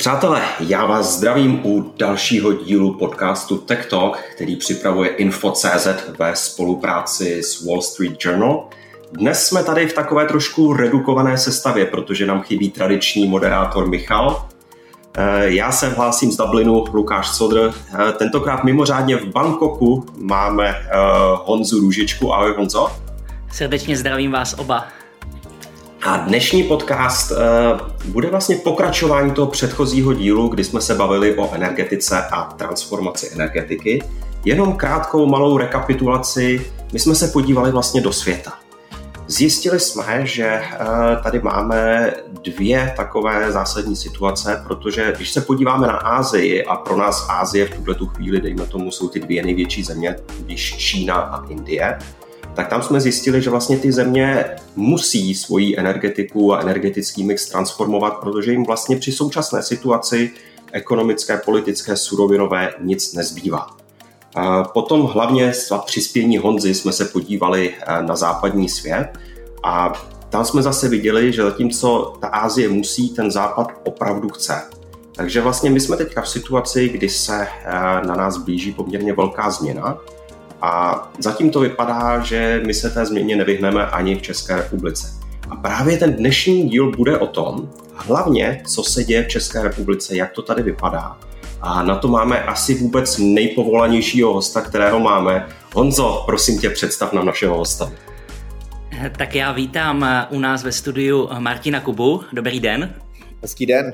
Přátelé, já vás zdravím u dalšího dílu podcastu Tech Talk, který připravuje Info.cz ve spolupráci s Wall Street Journal. Dnes jsme tady v takové trošku redukované sestavě, protože nám chybí tradiční moderátor Michal. Já se hlásím z Dublinu, Lukáš Sodr. Tentokrát mimořádně v Bangkoku máme Honzu Růžičku. Ahoj Honzo. Srdečně zdravím vás oba. A dnešní podcast bude vlastně pokračování toho předchozího dílu, kdy jsme se bavili o energetice a transformaci energetiky. Jenom krátkou malou rekapitulaci. My jsme se podívali vlastně do světa. Zjistili jsme, že tady máme dvě takové zásadní situace, protože když se podíváme na Asii, a pro nás Asie v tuhletu chvíli, dejme tomu, jsou ty dvě největší země, když Čína a Indie, tak tam jsme zjistili, že vlastně ty země musí svoji energetiku a energetický mix transformovat, protože jim vlastně při současné situaci ekonomické, politické, surovinové nic nezbývá. Potom hlavně za přispění Honzy jsme se podívali na západní svět a tam jsme zase viděli, že zatímco ta Asie musí, ten západ opravdu chce. Takže vlastně my jsme teďka v situaci, kdy se na nás blíží poměrně velká změna a zatím to vypadá, že my se té změně nevyhneme ani v České republice. A právě ten dnešní díl bude o tom, hlavně co se děje v České republice, jak to tady vypadá. A na to máme asi vůbec nejpovolanějšího hosta, kterého máme. Honzo, prosím tě, představ nám našeho hosta. Tak já vítám u nás ve studiu Martina Kubu. Dobrý den. Hezký den.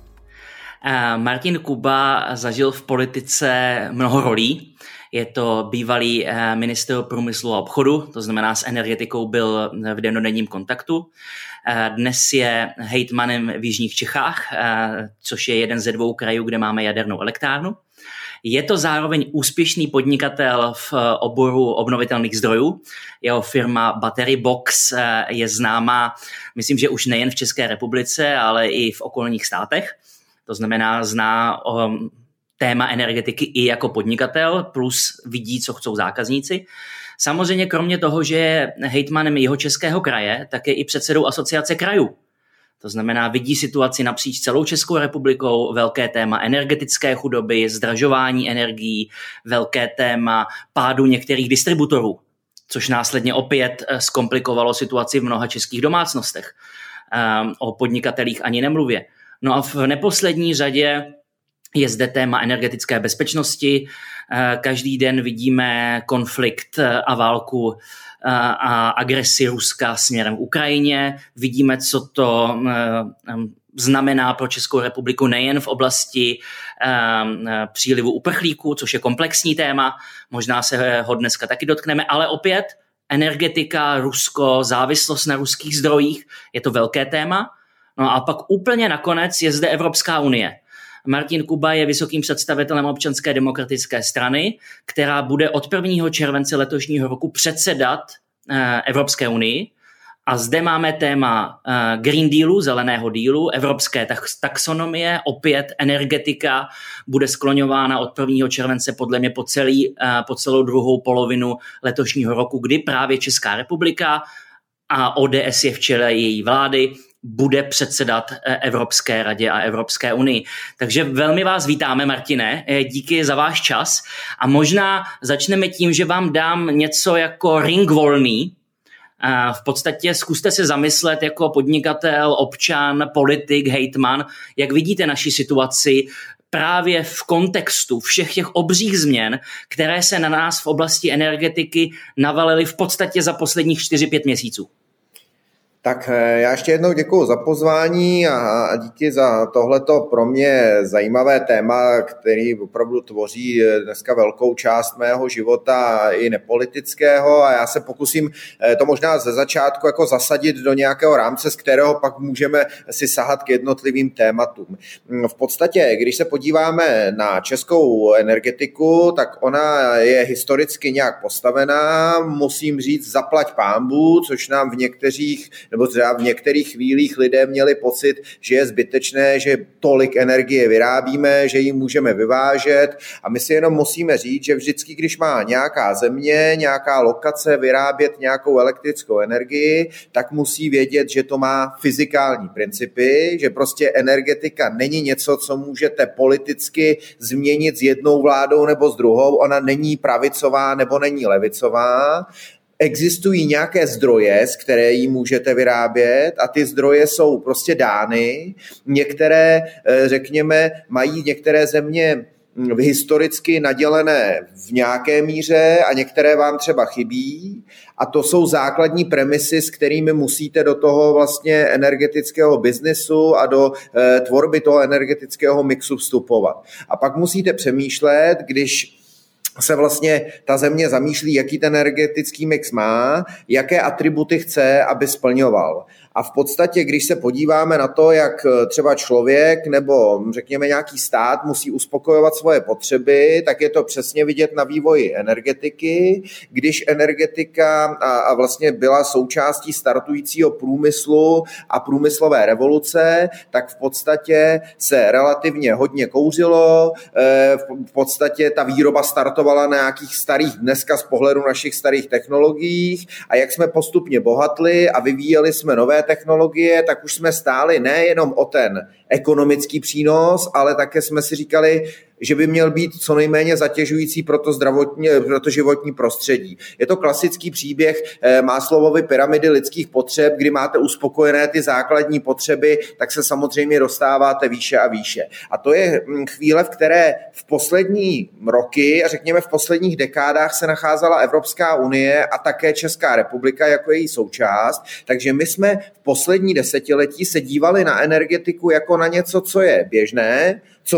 Martin Kuba zažil v politice mnoho rolí. Je to bývalý ministr průmyslu a obchodu, to znamená s energetikou byl v dennodenním kontaktu. Dnes je hejtmanem v jižních Čechách, což je jeden ze dvou krajů, kde máme jadernou elektrárnu. Je to zároveň úspěšný podnikatel v oboru obnovitelných zdrojů. Jeho firma Battery Box je známá, myslím, že už nejen v České republice, ale i v okolních státech. To znamená, zná téma energetiky i jako podnikatel, plus vidí, co chcou zákazníci. Samozřejmě kromě toho, že je hejtmanem Jihočeského kraje, tak je i předsedou asociace krajů. To znamená, vidí situaci napříč celou Českou republikou, velké téma energetické chudoby, zdražování energií, velké téma pádu některých distributorů, což následně opět zkomplikovalo situaci v mnoha českých domácnostech. O podnikatelích ani nemluvě. No a v neposlední řadě je zde téma energetické bezpečnosti. Každý den vidíme konflikt a válku a agresi Ruska směrem k Ukrajině. Vidíme, co to znamená pro Českou republiku nejen v oblasti přílivu uprchlíků, což je komplexní téma, možná se ho dneska taky dotkneme, ale opět energetika, Rusko, závislost na ruských zdrojích, je to velké téma. No a pak úplně nakonec je zde Evropská unie. Martin Kuba je vysokým představitelem Občanské demokratické strany, která bude od 1. července letošního roku předsedat Evropské unii. A zde máme téma Green Dealu, zeleného dealu, evropské taxonomie, opět energetika bude skloňována od 1. července podle mě po celou druhou polovinu letošního roku, kdy právě Česká republika a ODS je v čele její vlády, bude předsedat Evropské radě a Evropské unii. Takže velmi vás vítáme, Martine, díky za váš čas a možná začneme tím, že vám dám něco jako ring volný. V podstatě zkuste se zamyslet jako podnikatel, občan, politik, hejtman, jak vidíte naši situaci právě v kontextu všech těch obřích změn, které se na nás v oblasti energetiky navalily v podstatě za posledních 4-5 měsíců. Tak já ještě jednou děkuji za pozvání a díky za tohleto pro mě zajímavé téma, který opravdu tvoří dneska velkou část mého života i nepolitického a já se pokusím to možná ze začátku jako zasadit do nějakého rámce, z kterého pak můžeme si sahat k jednotlivým tématům. V podstatě, když se podíváme na českou energetiku, tak ona je historicky nějak postavená, musím říct zaplať pánbůh, což nám v některých nebo třeba v některých chvílích lidé měli pocit, že je zbytečné, že tolik energie vyrábíme, že ji můžeme vyvážet a my si jenom musíme říct, že vždycky, když má nějaká země, nějaká lokace vyrábět nějakou elektrickou energii, tak musí vědět, že to má fyzikální principy, že prostě energetika není něco, co můžete politicky změnit s jednou vládou nebo s druhou, ona není pravicová nebo není levicová. Existují nějaké zdroje, z které ji můžete vyrábět a ty zdroje jsou prostě dány. Některé, řekněme, mají některé země historicky nadělené v nějaké míře a některé vám třeba chybí a to jsou základní premisy, s kterými musíte do toho vlastně energetického biznesu a do tvorby toho energetického mixu vstupovat. A pak musíte přemýšlet, když se vlastně ta země zamýšlí, jaký ten energetický mix má, jaké atributy chce, aby splňoval. A v podstatě, když se podíváme na to, jak třeba člověk nebo řekněme nějaký stát musí uspokojovat svoje potřeby, tak je to přesně vidět na vývoji energetiky. Když energetika a vlastně byla součástí startujícího průmyslu a průmyslové revoluce, tak v podstatě se relativně hodně kouřilo, v podstatě ta výroba startovala na nějakých starých, dneska z pohledu našich starých technologiích a jak jsme postupně bohatli a vyvíjeli jsme nové technologie, tak už jsme stáli nejenom o ten ekonomický přínos, ale také jsme si říkali, že by měl být co nejméně zatěžující pro to životní prostředí. Je to klasický příběh Maslowovy pyramidy lidských potřeb, kdy máte uspokojené ty základní potřeby, tak se samozřejmě dostáváte výše a výše. A to je chvíle, v které v poslední roky a řekněme v posledních dekádách se nacházela Evropská unie a také Česká republika jako její součást. Takže my jsme v poslední desetiletí se dívali na energetiku jako na něco, co je běžné, co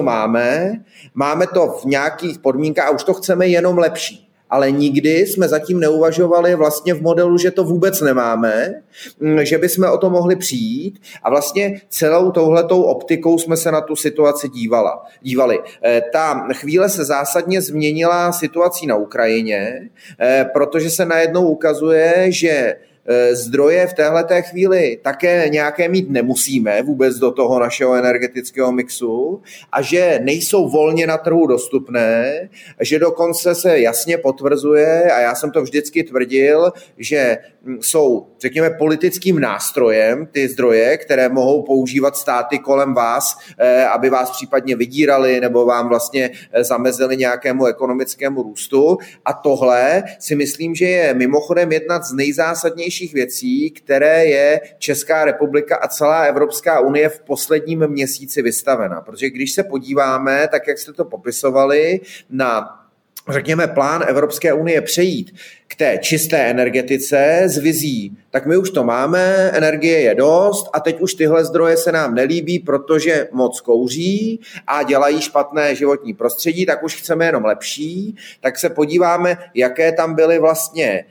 máme to v nějakých podmínkách a už to chceme jenom lepší. Ale nikdy jsme zatím neuvažovali vlastně v modelu, že to vůbec nemáme, že bychom o to mohli přijít a vlastně celou touhletou optikou jsme se na tu situaci dívali. Ta chvíle se zásadně změnila situací na Ukrajině, protože se najednou ukazuje, že zdroje v téhleté chvíli také nějaké mít nemusíme vůbec do toho našeho energetického mixu a že nejsou volně na trhu dostupné, že dokonce se jasně potvrzuje, a já jsem to vždycky tvrdil, že jsou, řekněme, politickým nástrojem ty zdroje, které mohou používat státy kolem vás, aby vás případně vydírali nebo vám vlastně zamezili nějakému ekonomickému růstu. A tohle si myslím, že je mimochodem jedna z nejzásadnějších věcí, které je Česká republika a celá Evropská unie v posledním měsíci vystavena. Protože když se podíváme, tak jak jste to popisovali, na řekněme plán Evropské unie přejít k té čisté energetice s vizí, tak my už to máme, energie je dost a teď už tyhle zdroje se nám nelíbí, protože moc kouří a dělají špatné životní prostředí, tak už chceme jenom lepší, tak se podíváme, jaké tam byly vlastně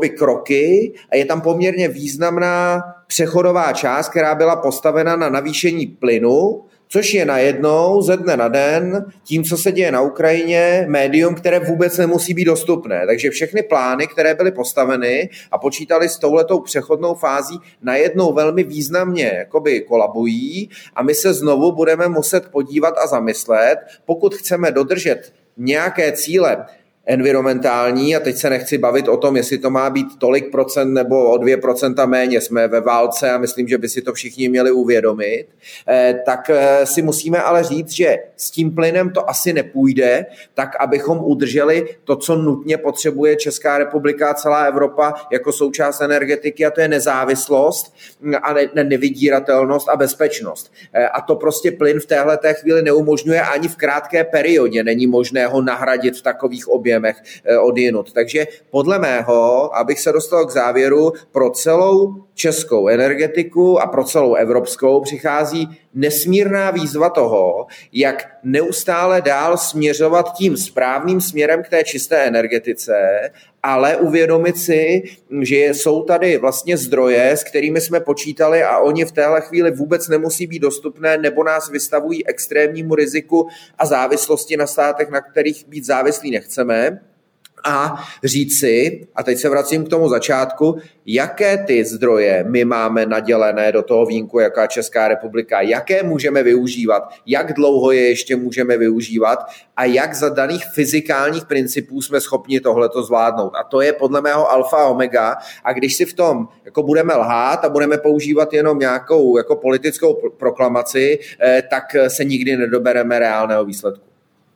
kroky a je tam poměrně významná přechodová část, která byla postavena na navýšení plynu, což je najednou ze dne na den tím, co se děje na Ukrajině, médium, které vůbec nemusí být dostupné. Takže všechny plány, které byly postaveny a počítali s touhletou přechodnou fází, najednou velmi významně kolabují a my se znovu budeme muset podívat a zamyslet, pokud chceme dodržet nějaké cíle environmentální, a teď se nechci bavit o tom, jestli to má být tolik procent nebo o 2% méně, jsme ve válce a myslím, že by si to všichni měli uvědomit, tak si musíme ale říct, že s tím plynem to asi nepůjde, tak abychom udrželi to, co nutně potřebuje Česká republika a celá Evropa jako součást energetiky, a to je nezávislost a nevydíratelnost a bezpečnost. A to prostě plyn v téhleté chvíli neumožňuje, ani v krátké periodě není možné ho nahradit v takových objemech odjinut. Takže podle mého, abych se dostal k závěru, pro celou českou energetiku a pro celou evropskou přichází nesmírná výzva toho, jak neustále dál směřovat tím správným směrem k té čisté energetice, ale uvědomit si, že jsou tady vlastně zdroje, s kterými jsme počítali a oni v téhle chvíli vůbec nemusí být dostupné nebo nás vystavují extrémnímu riziku a závislosti na státech, na kterých být závislí nechceme. a říct si, a teď se vracím k tomu začátku, jaké ty zdroje my máme nadělené do toho vínku, jaká Česká republika, jaké můžeme využívat, jak dlouho je ještě můžeme využívat a jak za daných fyzikálních principů jsme schopni tohleto zvládnout. A to je podle mého alfa a omega. A když si v tom jako budeme lhát a budeme používat jenom nějakou jako politickou proklamaci, tak se nikdy nedobereme reálného výsledku.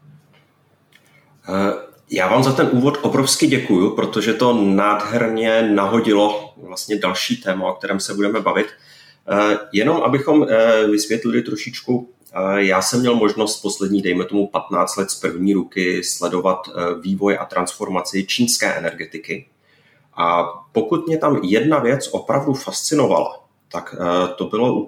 Já vám za ten úvod obrovsky děkuju, protože to nádherně nahodilo vlastně další téma, o kterém se budeme bavit. Jenom abychom vysvětlili trošičku, já jsem měl možnost poslední, dejme tomu 15 let z první ruky sledovat vývoj a transformaci čínské energetiky. A pokud mě tam jedna věc opravdu fascinovala, tak to bylo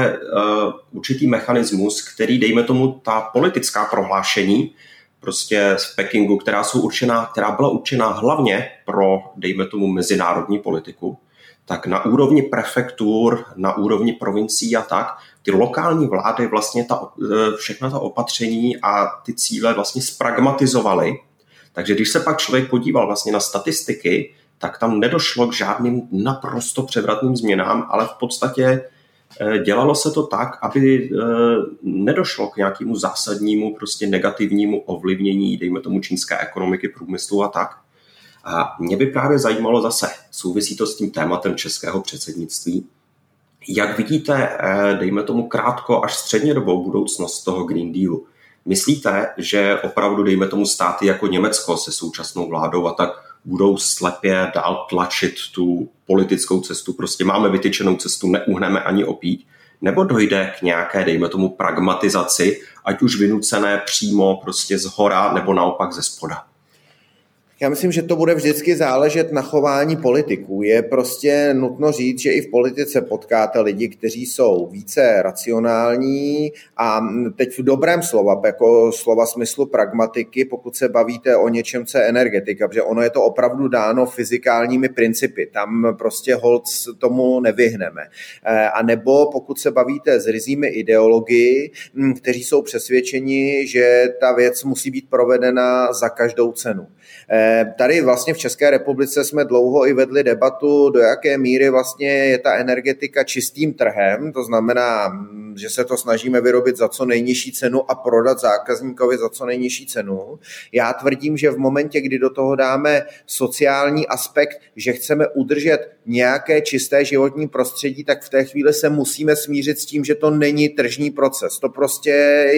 určitý mechanismus, který, dejme tomu, ta politická prohlášení prostě v Pekingu, která byla určená hlavně pro, dejme tomu, mezinárodní politiku, tak na úrovni prefektur, na úrovni provincií a tak, ty lokální vlády vlastně všechna ta opatření a ty cíle vlastně spragmatizovaly. Takže když se pak člověk podíval vlastně na statistiky, tak tam nedošlo k žádným naprosto převratným změnám, ale v podstatě dělalo se to tak, aby nedošlo k nějakému zásadnímu, prostě negativnímu ovlivnění, dejme tomu, čínské ekonomiky, průmyslu a tak. A mě by právě zajímalo zase, souvisí to s tím tématem českého předsednictví, jak vidíte, dejme tomu, krátko až střednědobou budoucnost toho Green Dealu. Myslíte, že opravdu, dejme tomu, státy jako Německo se současnou vládou a tak budou slepě dál tlačit tu politickou cestu, prostě máme vytyčenou cestu, neuhneme ani opít, nebo dojde k nějaké, dejme tomu, pragmatizaci, ať už vynucené přímo prostě zhora, nebo naopak ze spoda? Já myslím, že to bude vždycky záležet na chování politiků. Je prostě nutno říct, že i v politice potkáte lidi, kteří jsou více racionální a teď v dobrém slova, jako slova smyslu pragmatiky, pokud se bavíte o něčem, co je energetika, protože ono je to opravdu dáno fyzikálními principy. Tam prostě holt tomu nevyhneme. A nebo pokud se bavíte s ryzími ideologii, kteří jsou přesvědčeni, že ta věc musí být provedena za každou cenu. Tady vlastně v České republice jsme dlouho i vedli debatu, do jaké míry vlastně je ta energetika čistým trhem, to znamená, že se to snažíme vyrobit za co nejnižší cenu a prodat zákazníkovi za co nejnižší cenu. Já tvrdím, že v momentě, kdy do toho dáme sociální aspekt, že chceme udržet nějaké čisté životní prostředí, tak v té chvíli se musíme smířit s tím, že to není tržní proces. To prostě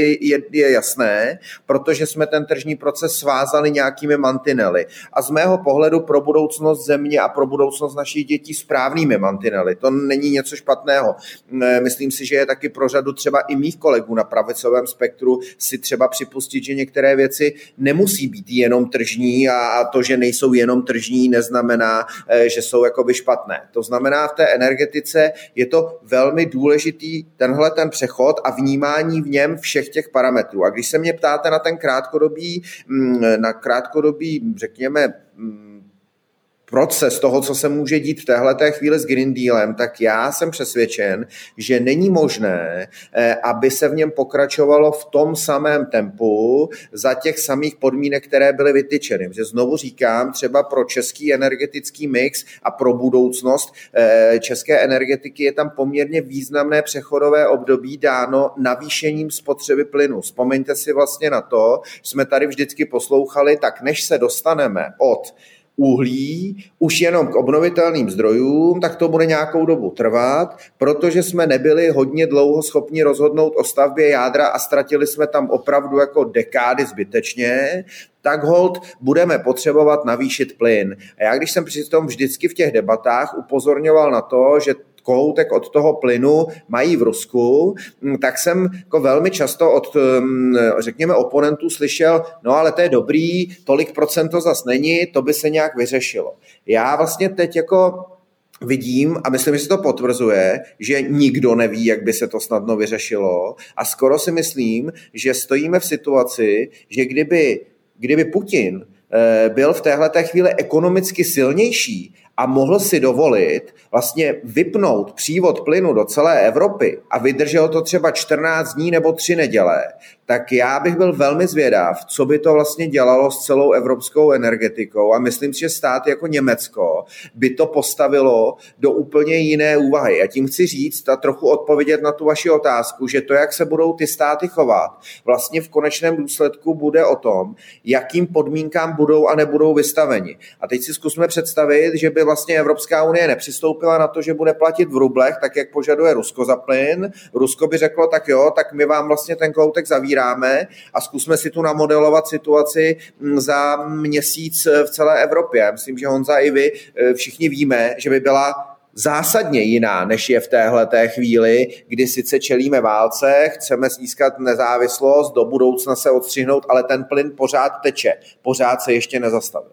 je jasné, protože jsme ten tržní proces svázali nějakými mantinely. A z mého pohledu pro budoucnost země a pro budoucnost našich dětí správnými mantinely. To není něco špatného. Myslím si, že je taky pro řadu třeba i mých kolegů na pravicovém spektru si třeba připustit, že některé věci nemusí být jenom tržní a to, že nejsou jenom tržní, neznamená, že jsou jakoby špatné. To znamená, v té energetice je to velmi důležitý ten přechod a vnímání v něm všech těch parametrů. A když se mě ptáte na ten krátkodobý, řekněme, proces toho, co se může dít v téhleté chvíli s Green Dealem, tak já jsem přesvědčen, že není možné, aby se v něm pokračovalo v tom samém tempu za těch samých podmínek, které byly vytyčeny. Že znovu říkám, třeba pro český energetický mix a pro budoucnost české energetiky je tam poměrně významné přechodové období dáno navýšením spotřeby plynu. Vzpomeňte si vlastně na to, jsme tady vždycky poslouchali, tak než se dostaneme od uhlí už jenom k obnovitelným zdrojům, tak to bude nějakou dobu trvat, protože jsme nebyli hodně dlouho schopni rozhodnout o stavbě jádra a ztratili jsme tam opravdu jako dekády zbytečně, tak holt budeme potřebovat navýšit plyn. A já když jsem přitom vždycky v těch debatách upozorňoval na to, že kohoutek od toho plynu mají v Rusku, tak jsem jako velmi často od, řekněme, oponentů slyšel, no ale to je dobrý, tolik procent to zas není, to by se nějak vyřešilo. Já vlastně teď jako vidím, a myslím, že se to potvrzuje, že nikdo neví, jak by se to snadno vyřešilo a skoro si myslím, že stojíme v situaci, že kdyby Putin byl v téhleté chvíli ekonomicky silnější a mohl si dovolit vlastně vypnout přívod plynu do celé Evropy a vydržel to třeba 14 dní nebo 3 neděle, tak já bych byl velmi zvědav, co by to vlastně dělalo s celou evropskou energetikou a myslím si, že stát jako Německo by to postavilo do úplně jiné úvahy. A tím chci říct a trochu odpovědět na tu vaši otázku, že to, jak se budou ty státy chovat, vlastně v konečném důsledku bude o tom, jakým podmínkám budou a nebudou vystaveni. A teď si zkusme představit, že by vlastně Evropská unie nepřistoupila na to, že bude platit v rublech, tak jak požaduje Rusko za plyn. Rusko by řeklo, tak jo, tak my vám vlastně ten koutek zavíráme a zkusme si tu namodelovat situaci za měsíc v celé Evropě. Myslím, že Honza i vy všichni víme, že by byla zásadně jiná, než je v téhleté chvíli, kdy sice čelíme válce, chceme získat nezávislost, do budoucna se odstřihnout, ale ten plyn pořád teče, pořád se ještě nezastavil.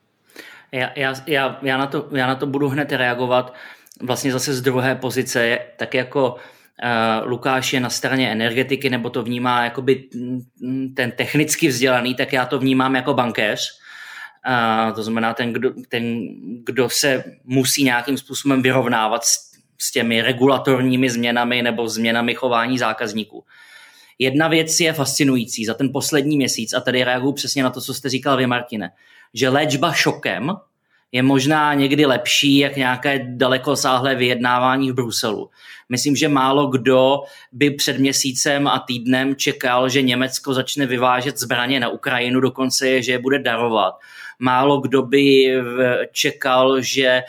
Já na to budu hned reagovat vlastně zase z druhé pozice, tak jako Lukáš je na straně energetiky, nebo to vnímá jakoby ten technicky vzdělaný, tak já to vnímám jako bankéř. To znamená ten, kdo se musí nějakým způsobem vyrovnávat s těmi regulatorními změnami nebo změnami chování zákazníků. Jedna věc je fascinující za ten poslední měsíc, a tady reaguju přesně na to, co jste říkal vy, Martine, že léčba šokem je možná někdy lepší, jak nějaké dalekosáhlé vyjednávání v Bruselu. Myslím, že málo kdo by před měsícem a týdnem čekal, že Německo začne vyvážet zbraně na Ukrajinu, dokonce že je bude darovat. Málo kdo by čekal, že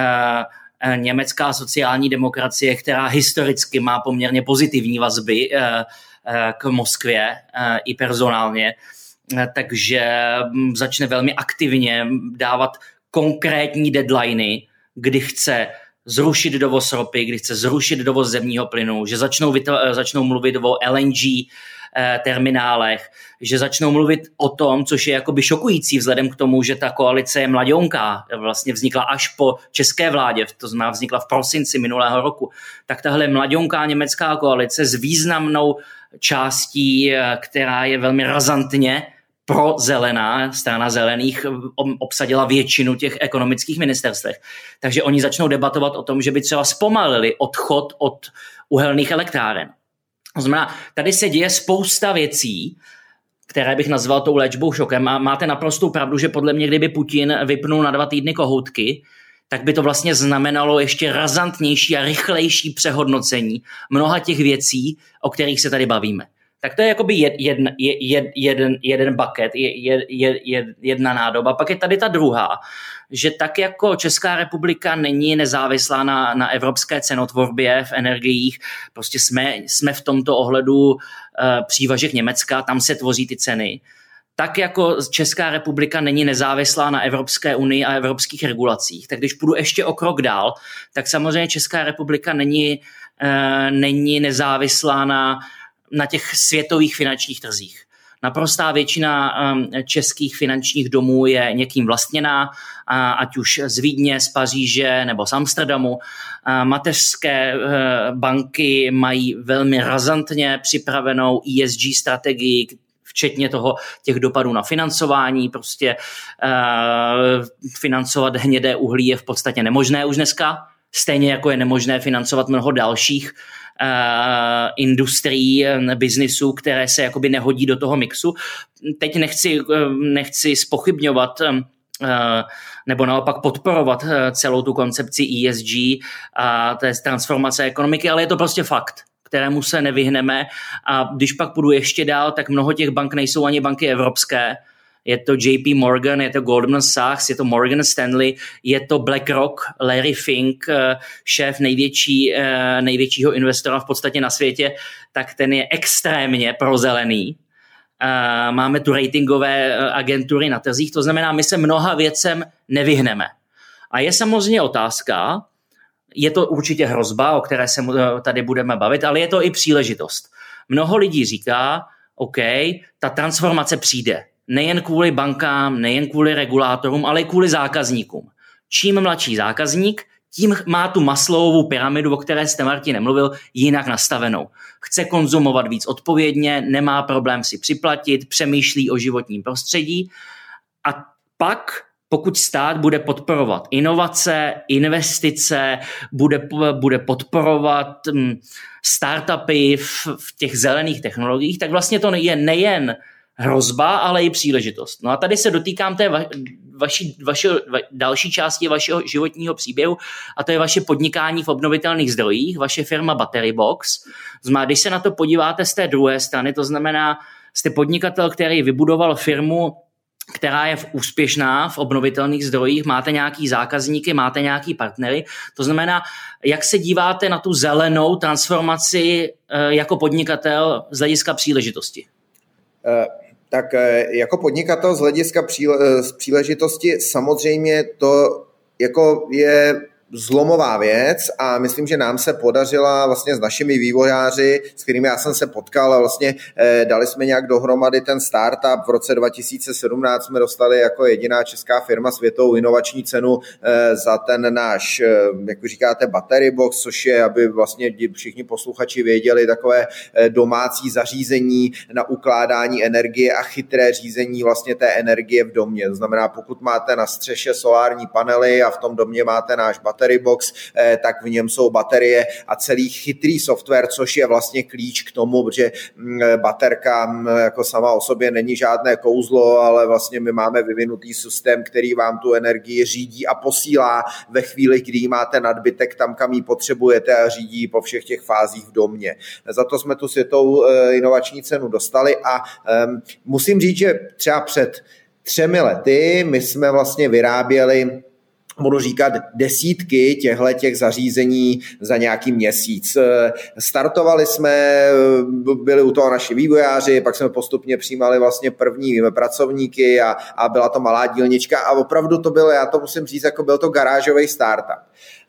německá sociální demokracie, která historicky má poměrně pozitivní vazby k Moskvě i personálně, takže začne velmi aktivně dávat konkrétní deadliny, kdy chce zrušit dovoz ropy, kdy chce zrušit dovoz zemního plynu, že začnou mluvit o LNG terminálech, že začnou mluvit o tom, což je jakoby šokující vzhledem k tomu, že ta koalice je mladionká, vlastně vznikla až po české vládě, to znamená vznikla v prosinci minulého roku, tak tahle mladionká německá koalice s významnou částí, která je velmi razantně prozelená, strana zelených obsadila většinu těch ekonomických ministerstvech. Takže oni začnou debatovat o tom, že by třeba zpomalili odchod od uhelných elektráren. To znamená, tady se děje spousta věcí, které bych nazval tou léčbou šokem, a máte naprostou pravdu, že podle mě, kdyby Putin vypnul na 2 týdny kohoutky, tak by to vlastně znamenalo ještě razantnější a rychlejší přehodnocení mnoha těch věcí, o kterých se tady bavíme. Tak to je jakoby jeden bucket, jedna nádoba. Pak je tady ta druhá, že tak jako Česká republika není nezávislá na evropské cenotvorbě v energiích, prostě jsme v tomto ohledu přívažek Německa, tam se tvoří ty ceny. Tak jako Česká republika není nezávislá na Evropské unii a evropských regulacích, tak když půjdu ještě o krok dál, tak samozřejmě Česká republika není nezávislá na těch světových finančních trzích. Naprostá většina českých finančních domů je někým vlastněná, ať už z Vídně, z Paříže nebo z Amsterdamu. Mateřské banky mají velmi razantně připravenou ESG strategii, včetně těch dopadů na financování. Prostě financovat hnědé uhlí je v podstatě nemožné už dneska, stejně jako je nemožné financovat mnoho dalších industrií, biznisů, které se jakoby nehodí do toho mixu. Teď nechci zpochybňovat nebo naopak podporovat celou tu koncepci ESG a té transformace ekonomiky, ale je to prostě fakt, kterému se nevyhneme. A když pak půjdu ještě dál, tak mnoho těch bank nejsou ani banky evropské. Je to JP Morgan, je to Goldman Sachs, je to Morgan Stanley, je to BlackRock, Larry Fink, šéf největšího investora v podstatě na světě, tak ten je extrémně prozelený. Máme tu ratingové agentury na trzích, to znamená, my se mnoha věcem nevyhneme. A je samozřejmě otázka, je to určitě hrozba, o které se tady budeme bavit, ale je to i příležitost. Mnoho lidí říká, OK, ta transformace přijde. Nejen kvůli bankám, nejen kvůli regulátorům, ale i kvůli zákazníkům. Čím mladší zákazník, tím má tu Maslowovu pyramidu, o které jste, Martin, nemluvil, jinak nastavenou. Chce konzumovat víc odpovědně, nemá problém si připlatit, přemýšlí o životním prostředí a pak pokud stát bude podporovat inovace, investice, bude podporovat startupy v těch zelených technologiích, tak vlastně to je nejen hrozba, ale i příležitost. No a tady se dotýkám té další části vašeho životního příběhu, a to je vaše podnikání v obnovitelných zdrojích, vaše firma Battery Box. Znamená, když se na to podíváte z té druhé strany, to znamená, jste podnikatel, který vybudoval firmu, která je úspěšná v obnovitelných zdrojích, máte nějaký zákazníky, máte nějaký partnery. To znamená, jak se díváte na tu zelenou transformaci jako podnikatel z hlediska příležitosti? Tak jako podnikatel z hlediska příležitosti samozřejmě to jako je zlomová věc a myslím, že nám se podařila vlastně s našimi vývojáři, s kterými já jsem se potkal a vlastně dali jsme nějak dohromady ten startup. V roce 2017 jsme dostali jako jediná česká firma světovou inovační cenu za ten náš, jak říkáte, Battery Box, což je, aby vlastně všichni posluchači věděli, takové domácí zařízení na ukládání energie a chytré řízení vlastně té energie v domě. To znamená, pokud máte na střeše solární panely a v tom domě máte náš Battery Box, tak v něm jsou baterie a celý chytrý software, což je vlastně klíč k tomu, protože baterka jako sama o sobě není žádné kouzlo, ale vlastně my máme vyvinutý systém, který vám tu energii řídí a posílá ve chvíli, kdy máte nadbytek tam, kam ji potřebujete, a řídí po všech těch fázích v domě. Za to jsme tu světovou inovační cenu dostali a musím říct, že třeba před 3 lety my jsme vlastně vyráběli, budu říkat, desítky těch zařízení za nějaký měsíc. Startovali jsme, byli u toho naši vývojáři, pak jsme postupně přijímali vlastně první pracovníky a byla to malá dílnička a opravdu to bylo, já to musím říct, jako byl to garážový startup.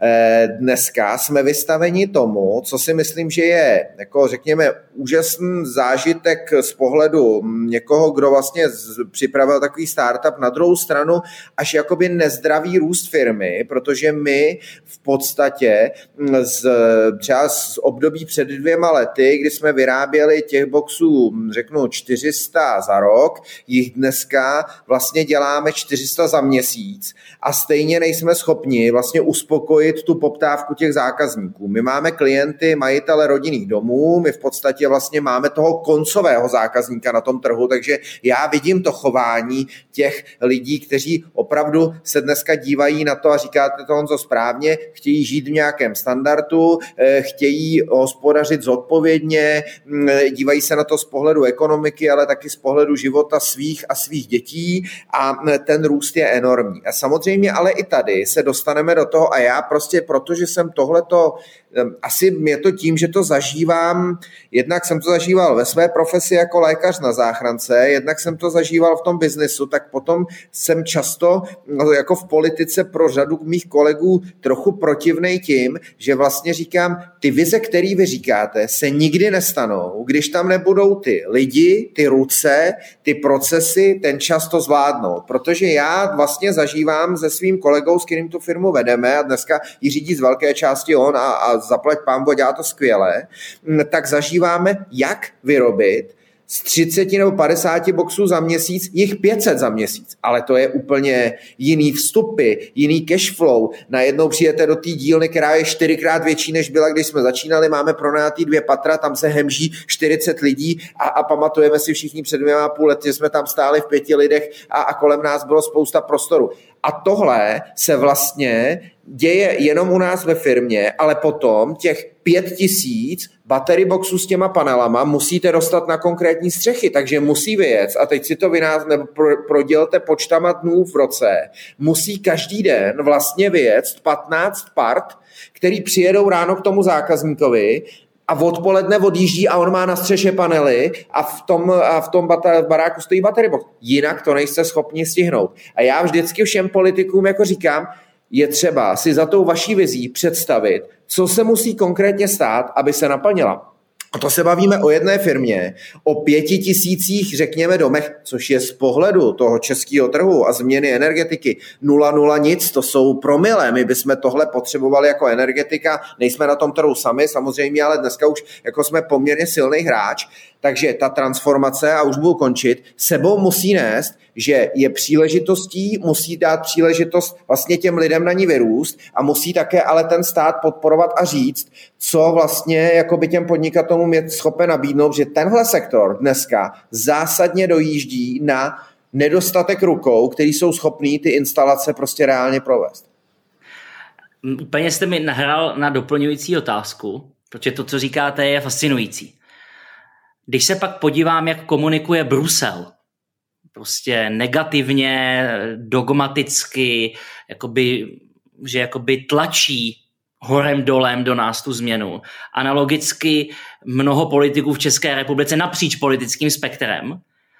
Dneska jsme vystaveni tomu, co si myslím, že je, jako řekněme, úžasný zážitek z pohledu někoho, kdo vlastně připravil takový startup. Na druhou stranu až jakoby nezdravý růst firmy, protože my v podstatě třeba z období před 2 lety, kdy jsme vyráběli těch boxů, řeknu 400 za rok, jich dneska vlastně děláme 400 za měsíc a stejně nejsme schopni vlastně uspokojit tu poptávku těch zákazníků. My máme klienty, majitele rodinných domů, my v podstatě vlastně máme toho koncového zákazníka na tom trhu, takže já vidím to chování těch lidí, kteří opravdu se dneska dívají na to a říkáte to, Honzo, správně, chtějí žít v nějakém standardu, chtějí hospodařit zodpovědně, dívají se na to z pohledu ekonomiky, ale taky z pohledu života svých a svých dětí a ten růst je enormní. A samozřejmě ale i tady se dostaneme do toho a já prostě, protože jsem tohleto, asi je to tím, že to zažívám, jednak jsem to zažíval ve své profesi jako lékař na záchrance, jednak jsem to zažíval v tom biznesu, tak potom jsem často jako v politice pro řadu mých kolegů trochu protivnej tím, že vlastně říkám, ty vize, které vy říkáte, se nikdy nestanou, když tam nebudou ty lidi, ty ruce, ty procesy, ten čas to zvládnou. Protože já vlastně zažívám se svým kolegou, s kterým tu firmu vedeme a dneska ji řídí z velké části on a zaplať pánbůh, dělá to skvěle, tak zažíváme, jak vyrobit z 30 nebo 50 boxů za měsíc, jich 500 za měsíc. Ale to je úplně jiný vstupy, jiný cash flow. Najednou přijete do té dílny, která je 4krát větší, než byla, když jsme začínali. Máme pronajatý 2 patra, tam se hemží 40 lidí a pamatujeme si všichni před 2,5 lety, že jsme tam stáli v 5 lidech a kolem nás bylo spousta prostoru. A tohle se vlastně děje jenom u nás ve firmě, ale potom těch 5000 Battery Boxů s těma panelama musíte dostat na konkrétní střechy, takže musí vyjet. A teď si to prodělte počtama dnů v roce. Musí každý den vlastně vyjet 15 part, který přijedou ráno k tomu zákazníkovi a odpoledne odjíždí a on má na střeše panely a v tom baráku stojí Battery Box. Jinak to nejste schopni stihnout. A já vždycky všem politikům jako říkám, je třeba si za tou vaší vizí představit, co se musí konkrétně stát, aby se naplnila. A to se bavíme o jedné firmě, o 5000, řekněme, domech, což je z pohledu toho českého trhu a změny energetiky 0,0 nic, to jsou promile. My bychom tohle potřebovali jako energetika, nejsme na tom trhu sami samozřejmě, ale dneska už jako jsme poměrně silný hráč, takže ta transformace, a už budu končit, sebou musí nést, že je příležitostí, musí dát příležitost vlastně těm lidem na ní vyrůst a musí také ale ten stát podporovat a říct, co vlastně jakoby těm podnikatelům je schopen nabídnout, že tenhle sektor dneska zásadně dojíždí na nedostatek rukou, který jsou schopní ty instalace prostě reálně provést. Úplně jste mi nahrál na doplňující otázku, protože to, co říkáte, je fascinující. Když se pak podívám, jak komunikuje Brusel, prostě negativně, dogmaticky, jakoby tlačí horem dolem do nás tu změnu. Analogicky mnoho politiků v České republice napříč politickým spektrem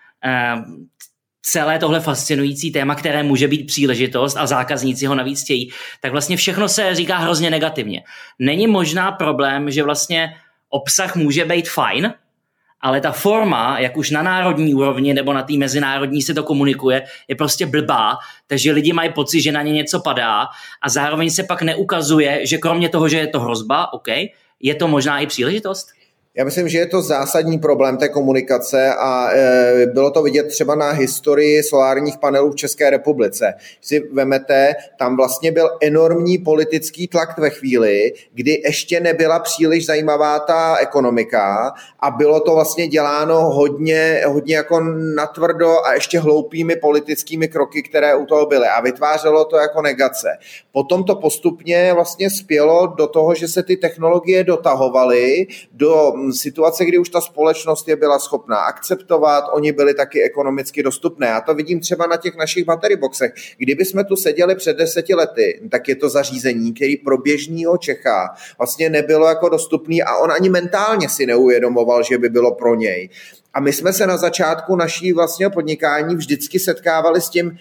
celé tohle fascinující téma, které může být příležitost a zákazníci ho navíc chtějí, tak vlastně všechno se říká hrozně negativně. Není možná problém, že vlastně obsah může být fajn, ale ta forma, jak už na národní úrovni nebo na té mezinárodní se to komunikuje, je prostě blbá, takže lidi mají pocit, že na ně něco padá a zároveň se pak neukazuje, že kromě toho, že je to hrozba, OK, je to možná i příležitost? Já myslím, že je to zásadní problém té komunikace a bylo to vidět třeba na historii solárních panelů v České republice. Když si vemete, tam vlastně byl enormní politický tlak ve chvíli, kdy ještě nebyla příliš zajímavá ta ekonomika a bylo to vlastně děláno hodně jako natvrdo a ještě hloupými politickými kroky, které u toho byly a vytvářelo to jako negace. Potom to postupně vlastně spělo do toho, že se ty technologie dotahovaly do situace, kdy už ta společnost je byla schopná akceptovat, oni byli taky ekonomicky dostupné. Já to vidím třeba na těch našich battery boxech. Kdyby jsme tu seděli před 10 lety, tak je to zařízení, který pro běžného Čecha vlastně nebylo jako dostupný a on ani mentálně si neuvědomoval, že by bylo pro něj. A my jsme se na začátku naší vlastně podnikání vždycky setkávali s tím,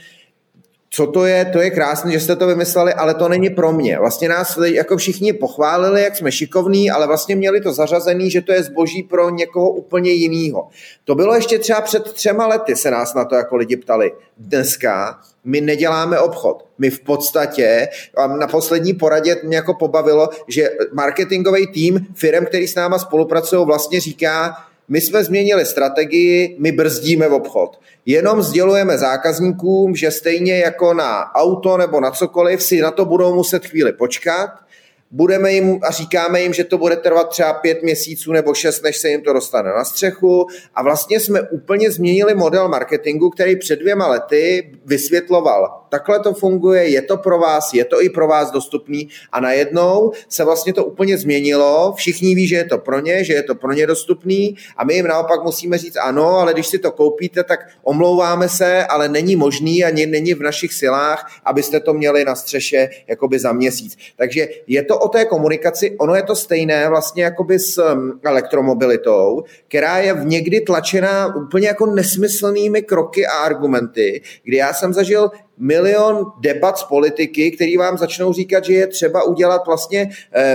co to je krásné, že jste to vymysleli, ale to není pro mě. Vlastně nás jako všichni pochválili, jak jsme šikovní, ale vlastně měli to zařazený, že to je zboží pro někoho úplně jinýho. To bylo ještě třeba před 3 lety, se nás na to jako lidi ptali. Dneska my neděláme obchod. My v podstatě, na poslední poradě mě jako pobavilo, že marketingový tým firem, který s náma spolupracují, vlastně říká, my jsme změnili strategii, my brzdíme v obchod. Jenom sdělujeme zákazníkům, že stejně jako na auto nebo na cokoliv si na to budou muset chvíli počkat, budeme jim a říkáme jim, že to bude trvat třeba 5 měsíců nebo 6, než se jim to dostane na střechu a vlastně jsme úplně změnili model marketingu, který před 2 lety vysvětloval. Takhle to funguje, je to pro vás, je to i pro vás dostupný a najednou se vlastně to úplně změnilo, všichni ví, že je to pro ně, že je to pro ně dostupný a my jim naopak musíme říct ano, ale když si to koupíte, tak omlouváme se, ale není možný a není v našich silách, abyste to měli na střeše jakoby za měsíc. Takže je to o té komunikaci, ono je to stejné vlastně jakoby s elektromobilitou, která je někdy tlačená úplně jako nesmyslnými kroky a argumenty, kdy já jsem zažil milion debat z politiky, který vám začnou říkat, že je třeba udělat vlastně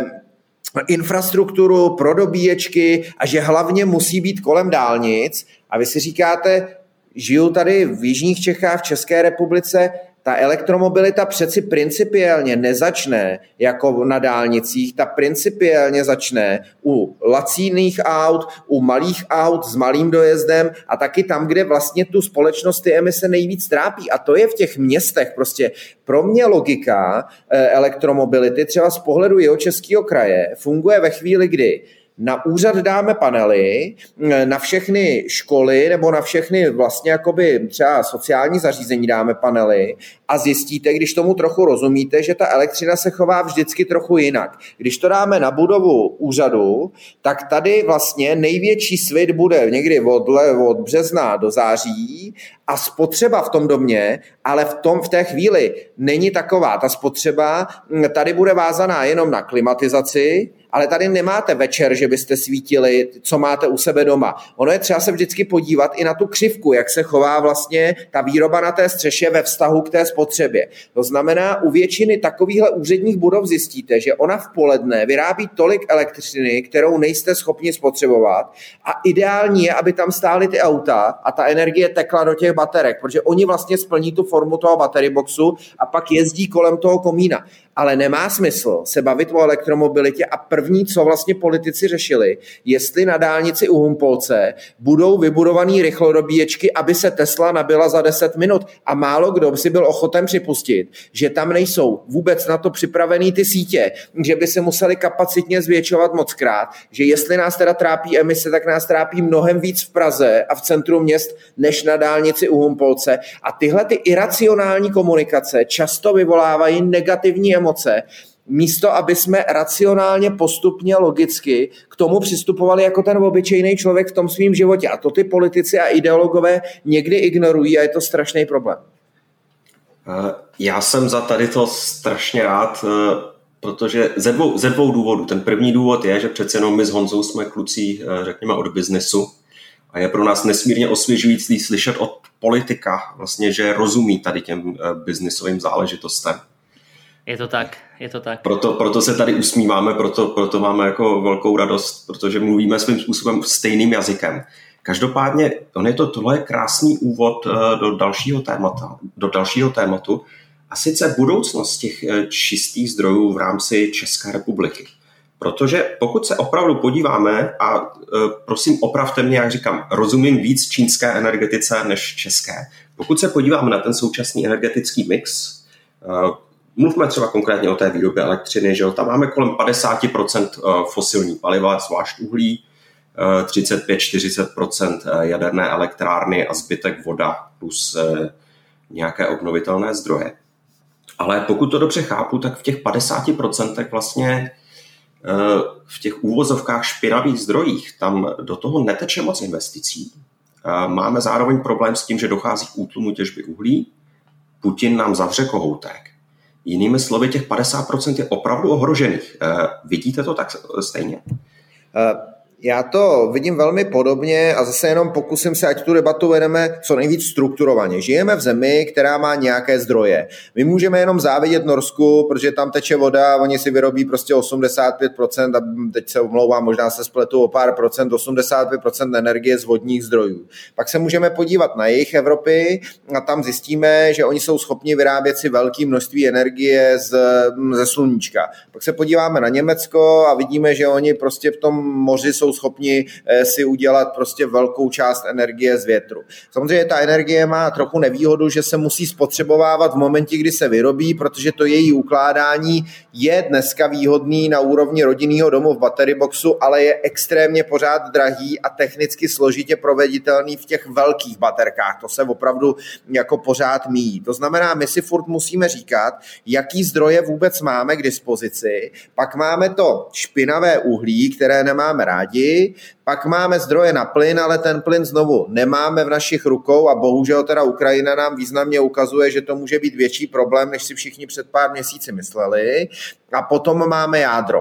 infrastrukturu pro dobíječky a že hlavně musí být kolem dálnic a vy si říkáte, žiju tady v jižních Čechách, v České republice, ta elektromobilita přeci principiálně nezačne jako na dálnicích, ta principiálně začne u laciných aut, u malých aut s malým dojezdem a taky tam, kde vlastně tu společnost ty emise nejvíc trápí. A to je v těch městech. Prostě pro mě logika elektromobility třeba z pohledu Jihočeského kraje funguje ve chvíli, kdy na úřad dáme panely, na všechny školy nebo na všechny vlastně jakoby třeba sociální zařízení dáme panely a zjistíte, když tomu trochu rozumíte, že ta elektřina se chová vždycky trochu jinak. Když to dáme na budovu úřadu, tak tady vlastně největší svit bude někdy od března do září a spotřeba v tom domě, ale v té chvíli není taková. Ta spotřeba tady bude vázaná jenom na klimatizaci, ale tady nemáte večer, že byste svítili, co máte u sebe doma. Ono je třeba se vždycky podívat i na tu křivku, jak se chová vlastně ta výroba na té střeše ve vztahu k té spotřebě. To znamená, u většiny takovýchhle úředních budov zjistíte, že ona v poledne vyrábí tolik elektřiny, kterou nejste schopni spotřebovat a ideální je, aby tam stály ty auta a ta energie tekla do těch těch baterek, protože oni vlastně splní tu formu toho battery boxu a pak jezdí kolem toho komína. Ale nemá smysl se bavit o elektromobilitě a první, co vlastně politici řešili, jestli na dálnici u Humpolce budou vybudovaný rychlodobíječky, aby se Tesla nabila za 10 minut. A málo kdo si byl ochoten připustit, že tam nejsou vůbec na to připravený ty sítě, že by se museli kapacitně zvětšovat mockrát, že jestli nás teda trápí emise, tak nás trápí mnohem víc v Praze a v centru měst, než na dálnici u Humpolce. A tyhle ty iracionální komunikace často vyvolávají negativní emoce, místo aby jsme racionálně, postupně, logicky k tomu přistupovali jako ten obyčejný člověk v tom svém životě. A to ty politici a ideologové někdy ignorují a je to strašný problém. Já jsem za tady to strašně rád, protože ze dvou důvodů. Ten první důvod je, že přece jenom my s Honzou jsme kluci, řekněme, od biznesu a je pro nás nesmírně osvěžující slyšet od politika, vlastně, že rozumí tady těm biznisovým záležitostem. Je to tak, je to tak. Proto se tady usmíváme, proto máme jako velkou radost, protože mluvíme svým způsobem stejným jazykem. Každopádně, tohle je krásný úvod do dalšího tématu, a sice budoucnost těch čistých zdrojů v rámci České republiky. Protože pokud se opravdu podíváme, a prosím opravte mě, jak říkám, rozumím víc čínské energetice než české. Pokud se podíváme na ten současný energetický mix, mluvme třeba konkrétně o té výrobě elektřiny, že tam máme kolem 50% fosilní paliva, zvlášť uhlí, 35-40% jaderné elektrárny a zbytek voda plus nějaké obnovitelné zdroje. Ale pokud to dobře chápu, tak v těch 50% vlastně v těch úvozovkách špinavých zdrojích tam do toho neteče moc investicí. Máme zároveň problém s tím, že dochází k útlumu těžby uhlí. Putin nám zavře kohoutek. Jinými slovy, těch 50% je opravdu ohrožených. Vidíte to tak stejně? Já to vidím velmi podobně a zase jenom pokusím se, ať tu debatu vedeme co nejvíc strukturovaně. Žijeme v zemi, která má nějaké zdroje. My můžeme jenom závidět Norsku, protože tam teče voda, oni si vyrobí prostě 85% a teď se omlouvám, možná se spletu o pár procent, 85% energie z vodních zdrojů. Pak se můžeme podívat na jih Evropy a tam zjistíme, že oni jsou schopni vyrábět si velké množství energie ze sluníčka. Pak se podíváme na Německo a vidíme, že oni prostě v tom moři jsou schopni si udělat prostě velkou část energie z větru. Samozřejmě ta energie má trochu nevýhodu, že se musí spotřebovávat v momentě, kdy se vyrobí, protože to její ukládání je dneska výhodný na úrovni rodinného domu v battery boxu, ale je extrémně pořád drahý a technicky složitě proveditelný v těch velkých baterkách. To se opravdu jako pořád míjí. To znamená, my si furt musíme říkat, jaký zdroje vůbec máme k dispozici. Pak máme to špinavé uhlí, které nemáme rádi. Pak máme zdroje na plyn, ale ten plyn znovu nemáme v našich rukou a bohužel teda Ukrajina nám významně ukazuje, že to může být větší problém, než si všichni před pár měsíci mysleli. A potom máme jádro.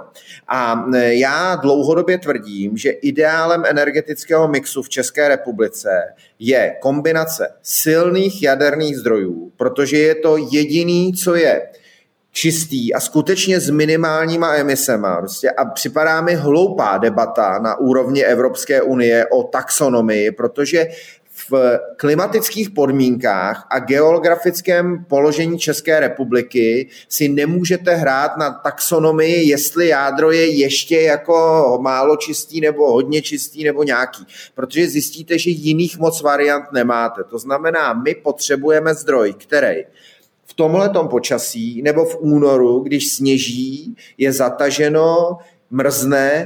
A já dlouhodobě tvrdím, že ideálem energetického mixu v České republice je kombinace silných jaderných zdrojů, protože je to jediný, co je čistý a skutečně s minimálníma emisema. Prostě a připadá mi hloupá debata na úrovni Evropské unie o taxonomii, protože v klimatických podmínkách a geografickém položení České republiky si nemůžete hrát na taxonomii, jestli jádro je ještě jako málo čistý nebo hodně čistý nebo nějaký. Protože zjistíte, že jiných moc variant nemáte. To znamená, my potřebujeme zdroj, který v tomhletom počasí nebo v únoru, když sněží, je zataženo, mrzne,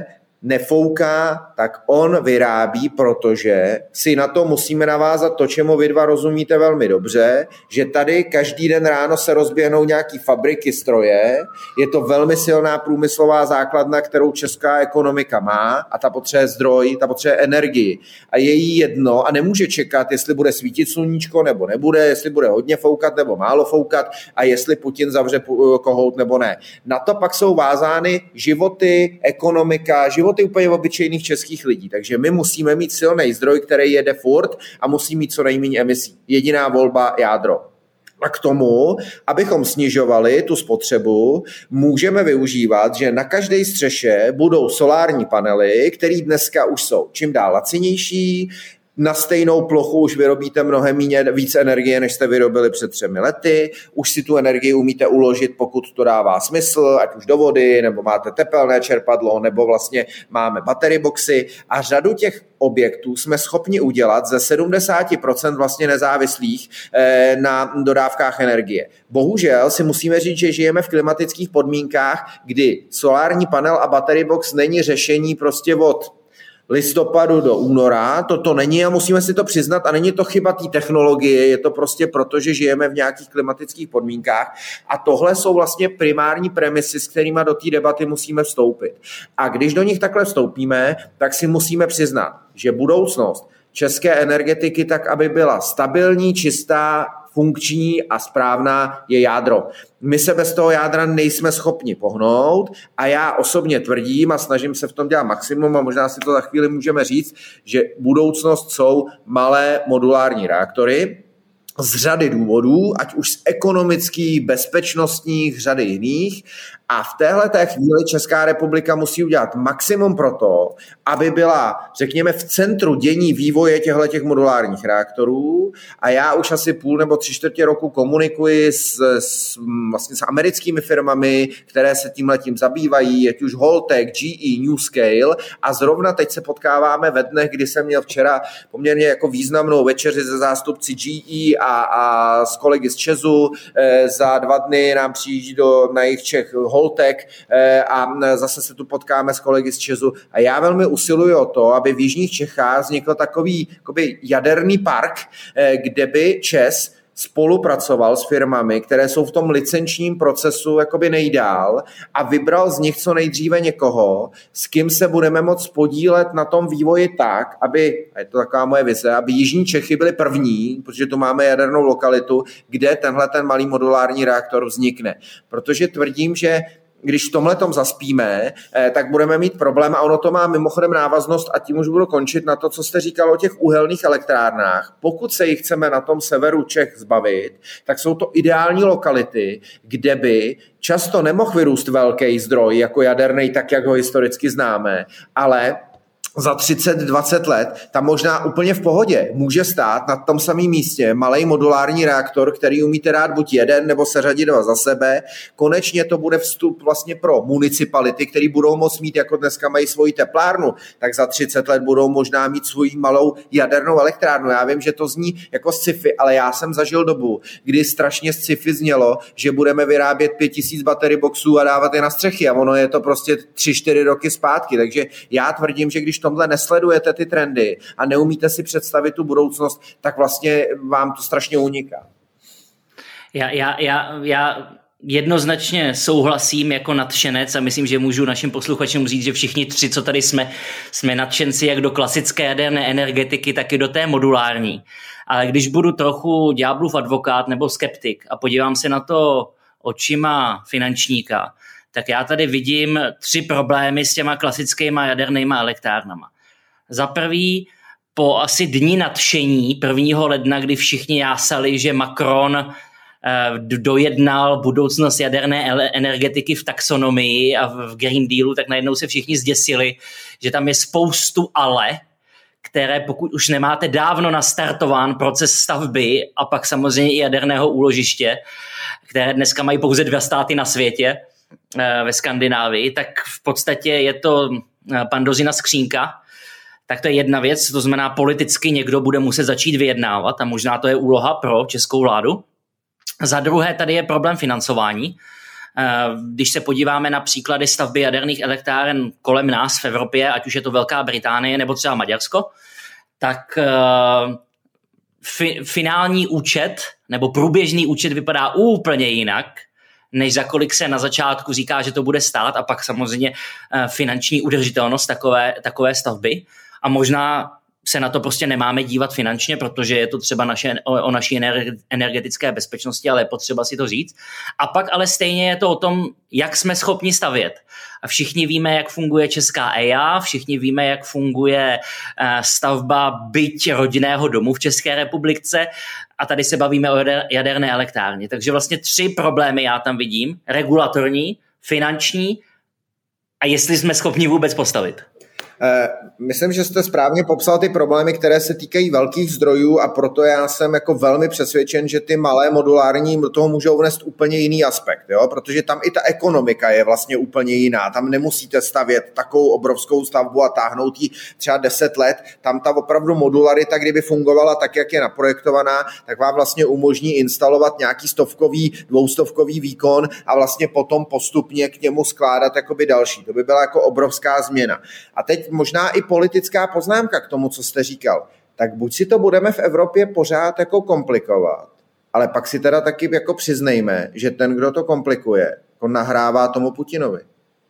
nefouká, tak on vyrábí, protože si na to musíme navázat to, čemu vy dva rozumíte velmi dobře, že tady každý den ráno se rozběhnou nějaký fabriky, stroje, je to velmi silná průmyslová základna, kterou česká ekonomika má a ta potřebuje zdroj, ta potřebuje energii a je jí jedno a nemůže čekat, jestli bude svítit sluníčko nebo nebude, jestli bude hodně foukat nebo málo foukat a jestli Putin zavře kohout nebo ne. Na to pak jsou vázány životy, ekonomika, životy úplně obyčejných českých lidí. Takže my musíme mít silný zdroj, který jede furt a musí mít co nejméně emisí. Jediná volba jádro. A k tomu, abychom snižovali tu spotřebu, můžeme využívat, že na každé střeše budou solární panely, které dneska už jsou čím dál lacinější, na stejnou plochu už vyrobíte mnohem víc energie, než jste vyrobili před 3 lety, už si tu energii umíte uložit, pokud to dává smysl, ať už do vody, nebo máte tepelné čerpadlo, nebo vlastně máme battery boxy a řadu těch objektů jsme schopni udělat ze 70% vlastně nezávislých na dodávkách energie. Bohužel si musíme říct, že žijeme v klimatických podmínkách, kdy solární panel a battery box není řešení prostě od listopadu do února, to není a musíme si to přiznat a není to chyba té technologie, je to prostě proto, že žijeme v nějakých klimatických podmínkách a tohle jsou vlastně primární premisy, s kterými do té debaty musíme vstoupit. A když do nich takhle vstoupíme, tak si musíme přiznat, že budoucnost české energetiky tak, aby byla stabilní, čistá, funkční a správná, je jádro. My se bez toho jádra nejsme schopni pohnout a já osobně tvrdím a snažím se v tom dělat maximum a možná si to za chvíli můžeme říct, že budoucnost jsou malé modulární reaktory z řady důvodů, ať už z ekonomických, bezpečnostních, řady jiných. A v téhleté chvíli Česká republika musí udělat maximum pro to, aby byla, řekněme, v centru dění vývoje těchto modulárních reaktorů. A já už asi 0,5 nebo 3/4 roku komunikuji vlastně s americkými firmami, které se tímhletím zabývají, ať už Holtec, GE, NuScale. A zrovna teď se potkáváme ve dnech, kdy jsem měl včera poměrně jako významnou večeři se zástupci GE a s kolegy z ČEZu. Za 2 dny nám přijíždí na jejich Čech Holtec a zase se tu potkáme s kolegy z ČEZu. A já velmi usiluji o to, aby v jižních Čechách vznikl takový jaderný park, kde by ČEZ spolupracoval s firmami, které jsou v tom licenčním procesu jakoby nejdál a vybral z nich co nejdříve někoho, s kým se budeme moct podílet na tom vývoji tak, aby, a je to taková moje vize, aby jižní Čechy byly první, protože tu máme jadernou lokalitu, kde tenhle ten malý modulární reaktor vznikne. Protože tvrdím, že když v tomhletom zaspíme, tak budeme mít problém a ono to má mimochodem návaznost a tím už budu končit na to, co jste říkal o těch uhelných elektrárnách. Pokud se jich chceme na tom severu Čech zbavit, tak jsou to ideální lokality, kde by často nemohl vyrůst velký zdroj jako jaderný, tak jak ho historicky známe, ale za 30-20 let tam možná úplně v pohodě může stát na tom samém místě malej modulární reaktor, který umíte dát buď jeden nebo seřadit 2 za sebe. Konečně to bude vstup vlastně pro municipality, který budou moct mít, jako dneska mají svoji teplárnu, tak za 30 let budou možná mít svoji malou jadernou elektrárnu. Já vím, že to zní jako sci-fi, ale já jsem zažil dobu, kdy strašně sci-fi znělo, že budeme vyrábět 5000 battery boxů a dávat je na střechy a ono je to prostě 3-4 roky zpátky. Takže já tvrdím, že když tomhle nesledujete ty trendy a neumíte si představit tu budoucnost, tak vlastně vám to strašně uniká. Já jednoznačně souhlasím jako nadšenec a myslím, že můžu našim posluchačům říct, že všichni 3, co tady jsme nadšenci jak do klasické jaderné energetiky, tak i do té modulární. Ale když budu trochu ďáblův advokát nebo skeptik a podívám se na to očima finančníka, tak já tady vidím 3 problémy s těma klasickýma jadernýma elektrárnama. Za prvý, po asi dní nadšení 1. ledna, kdy všichni jásali, že Macron dojednal budoucnost jaderné energetiky v taxonomii a v Green Dealu, tak najednou se všichni zděsili, že tam je spoustu ale, které pokud už nemáte dávno nastartován proces stavby a pak samozřejmě i jaderného úložiště, které dneska mají pouze 2 státy na světě, ve Skandinávii, tak v podstatě je to Pandořina skřínka. Tak to je jedna věc, to znamená politicky někdo bude muset začít vyjednávat a možná to je úloha pro českou vládu. Za druhé tady je problém financování. Když se podíváme na příklady stavby jaderných elektráren kolem nás v Evropě, ať už je to Velká Británie nebo třeba Maďarsko, tak finální účet nebo průběžný účet vypadá úplně jinak, než za kolik se na začátku říká, že to bude stát a pak samozřejmě finanční udržitelnost takové stavby. A možná se na to prostě nemáme dívat finančně, protože je to třeba o naší energetické bezpečnosti, ale je potřeba si to říct. A pak ale stejně je to o tom, jak jsme schopni stavět. A všichni víme, jak funguje česká EIA, všichni víme, jak funguje stavba byť rodinného domu v České republice a tady se bavíme o jaderné elektrárně. Takže vlastně 3 problémy já tam vidím. Regulatorní, finanční a jestli jsme schopni vůbec postavit. Myslím, že jste správně popsal ty problémy, které se týkají velkých zdrojů a proto já jsem jako velmi přesvědčen, že ty malé modulární do toho můžou vnést úplně jiný aspekt, jo? Protože tam i ta ekonomika je vlastně úplně jiná. Tam nemusíte stavět takovou obrovskou stavbu a táhnout ji třeba 10 let. Tam ta opravdu modularita, kdyby fungovala tak, jak je naprojektovaná, tak vám vlastně umožní instalovat nějaký stovkový, dvoustovkový výkon a vlastně potom postupně k němu skládat jakoby další. To by byla jako obrovská změna. A teď možná i politická poznámka k tomu, co jste říkal. Tak buď si to budeme v Evropě pořád jako komplikovat, ale pak si teda taky jako přiznejme, že ten, kdo to komplikuje, jako nahrává tomu Putinovi.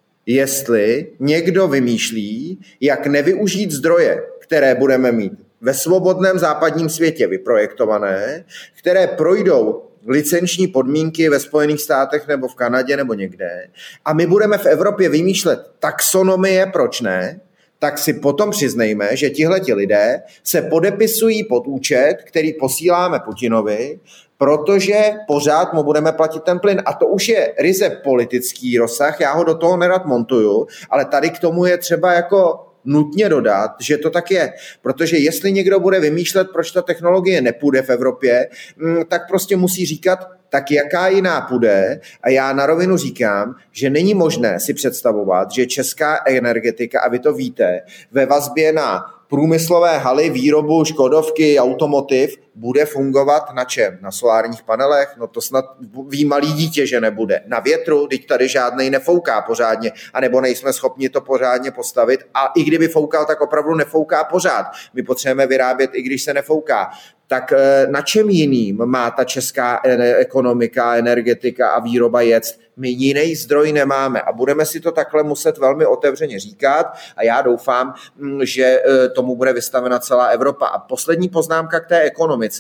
Jestli někdo vymýšlí, jak nevyužít zdroje, které budeme mít ve svobodném západním světě vyprojektované, které projdou licenční podmínky ve Spojených státech nebo v Kanadě nebo někde a my budeme v Evropě vymýšlet taxonomie, proč ne, tak si potom přiznejme, že tihleti lidé se podepisují pod účet, který posíláme Putinovi, protože pořád mu budeme platit ten plyn. A to už je ryze politický rozsah, já ho do toho nerad montuju, ale tady k tomu je třeba jako nutně dodat, že to tak je. Protože jestli někdo bude vymýšlet, proč ta technologie nepůjde v Evropě, tak prostě musí říkat, tak jaká jiná půjde. A já na rovinu říkám, že není možné si představovat, že česká energetika, a vy to víte, ve vazbě na průmyslové haly, výrobu Škodovky, automotiv, bude fungovat na čem? Na solárních panelech? No to snad ví malý dítě, že nebude. Na větru, teď tady žádnej nefouká pořádně, anebo nejsme schopni to pořádně postavit. A i kdyby foukal, tak opravdu nefouká pořád. My potřebujeme vyrábět, i když se nefouká. Tak na čem jiným má ta česká ekonomika, energetika a výroba jet? My jiný zdroj nemáme a budeme si to takhle muset velmi otevřeně říkat a já doufám, že tomu bude vystavena celá Evropa. A poslední poznámka k té ekonomice.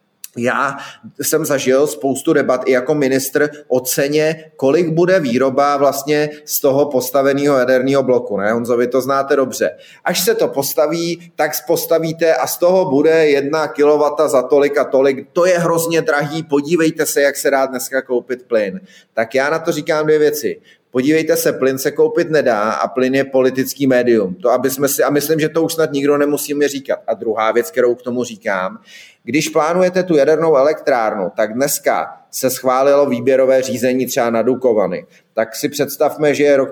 Já jsem zažil spoustu debat i jako ministr o ceně, kolik bude výroba vlastně z toho postaveného jaderného bloku. Ne, Honzo, vy to znáte dobře. Až se to postaví, tak postavíte a z toho bude 1 kW za tolik a tolik. To je hrozně drahý, podívejte se, jak se dá dneska koupit plyn. Tak já na to říkám 2 věci. Podívejte se, plyn se koupit nedá a plyn je politický médium. To, aby jsme si, a myslím, že to už snad nikdo nemusíme říkat. A druhá věc, kterou k tomu říkám, když plánujete tu jadernou elektrárnu, tak dneska se schválilo výběrové řízení třeba na Dukovany. Tak si představme, že je rok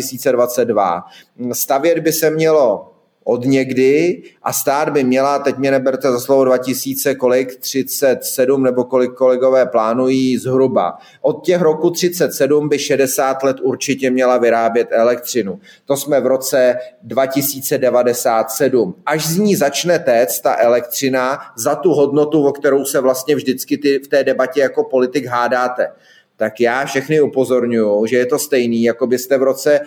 2022. Stavět by se mělo od někdy a stát by měla, teď mě neberte za slovo 37 nebo kolik kolegové plánují zhruba. Od těch roku 37 by 60 let určitě měla vyrábět elektřinu. To jsme v roce 2097. Až z ní začne téct ta elektřina za tu hodnotu, o kterou se vlastně vždycky v té debatě jako politik hádáte. Tak já všechny upozorňuji, že je to stejný, jako byste v roce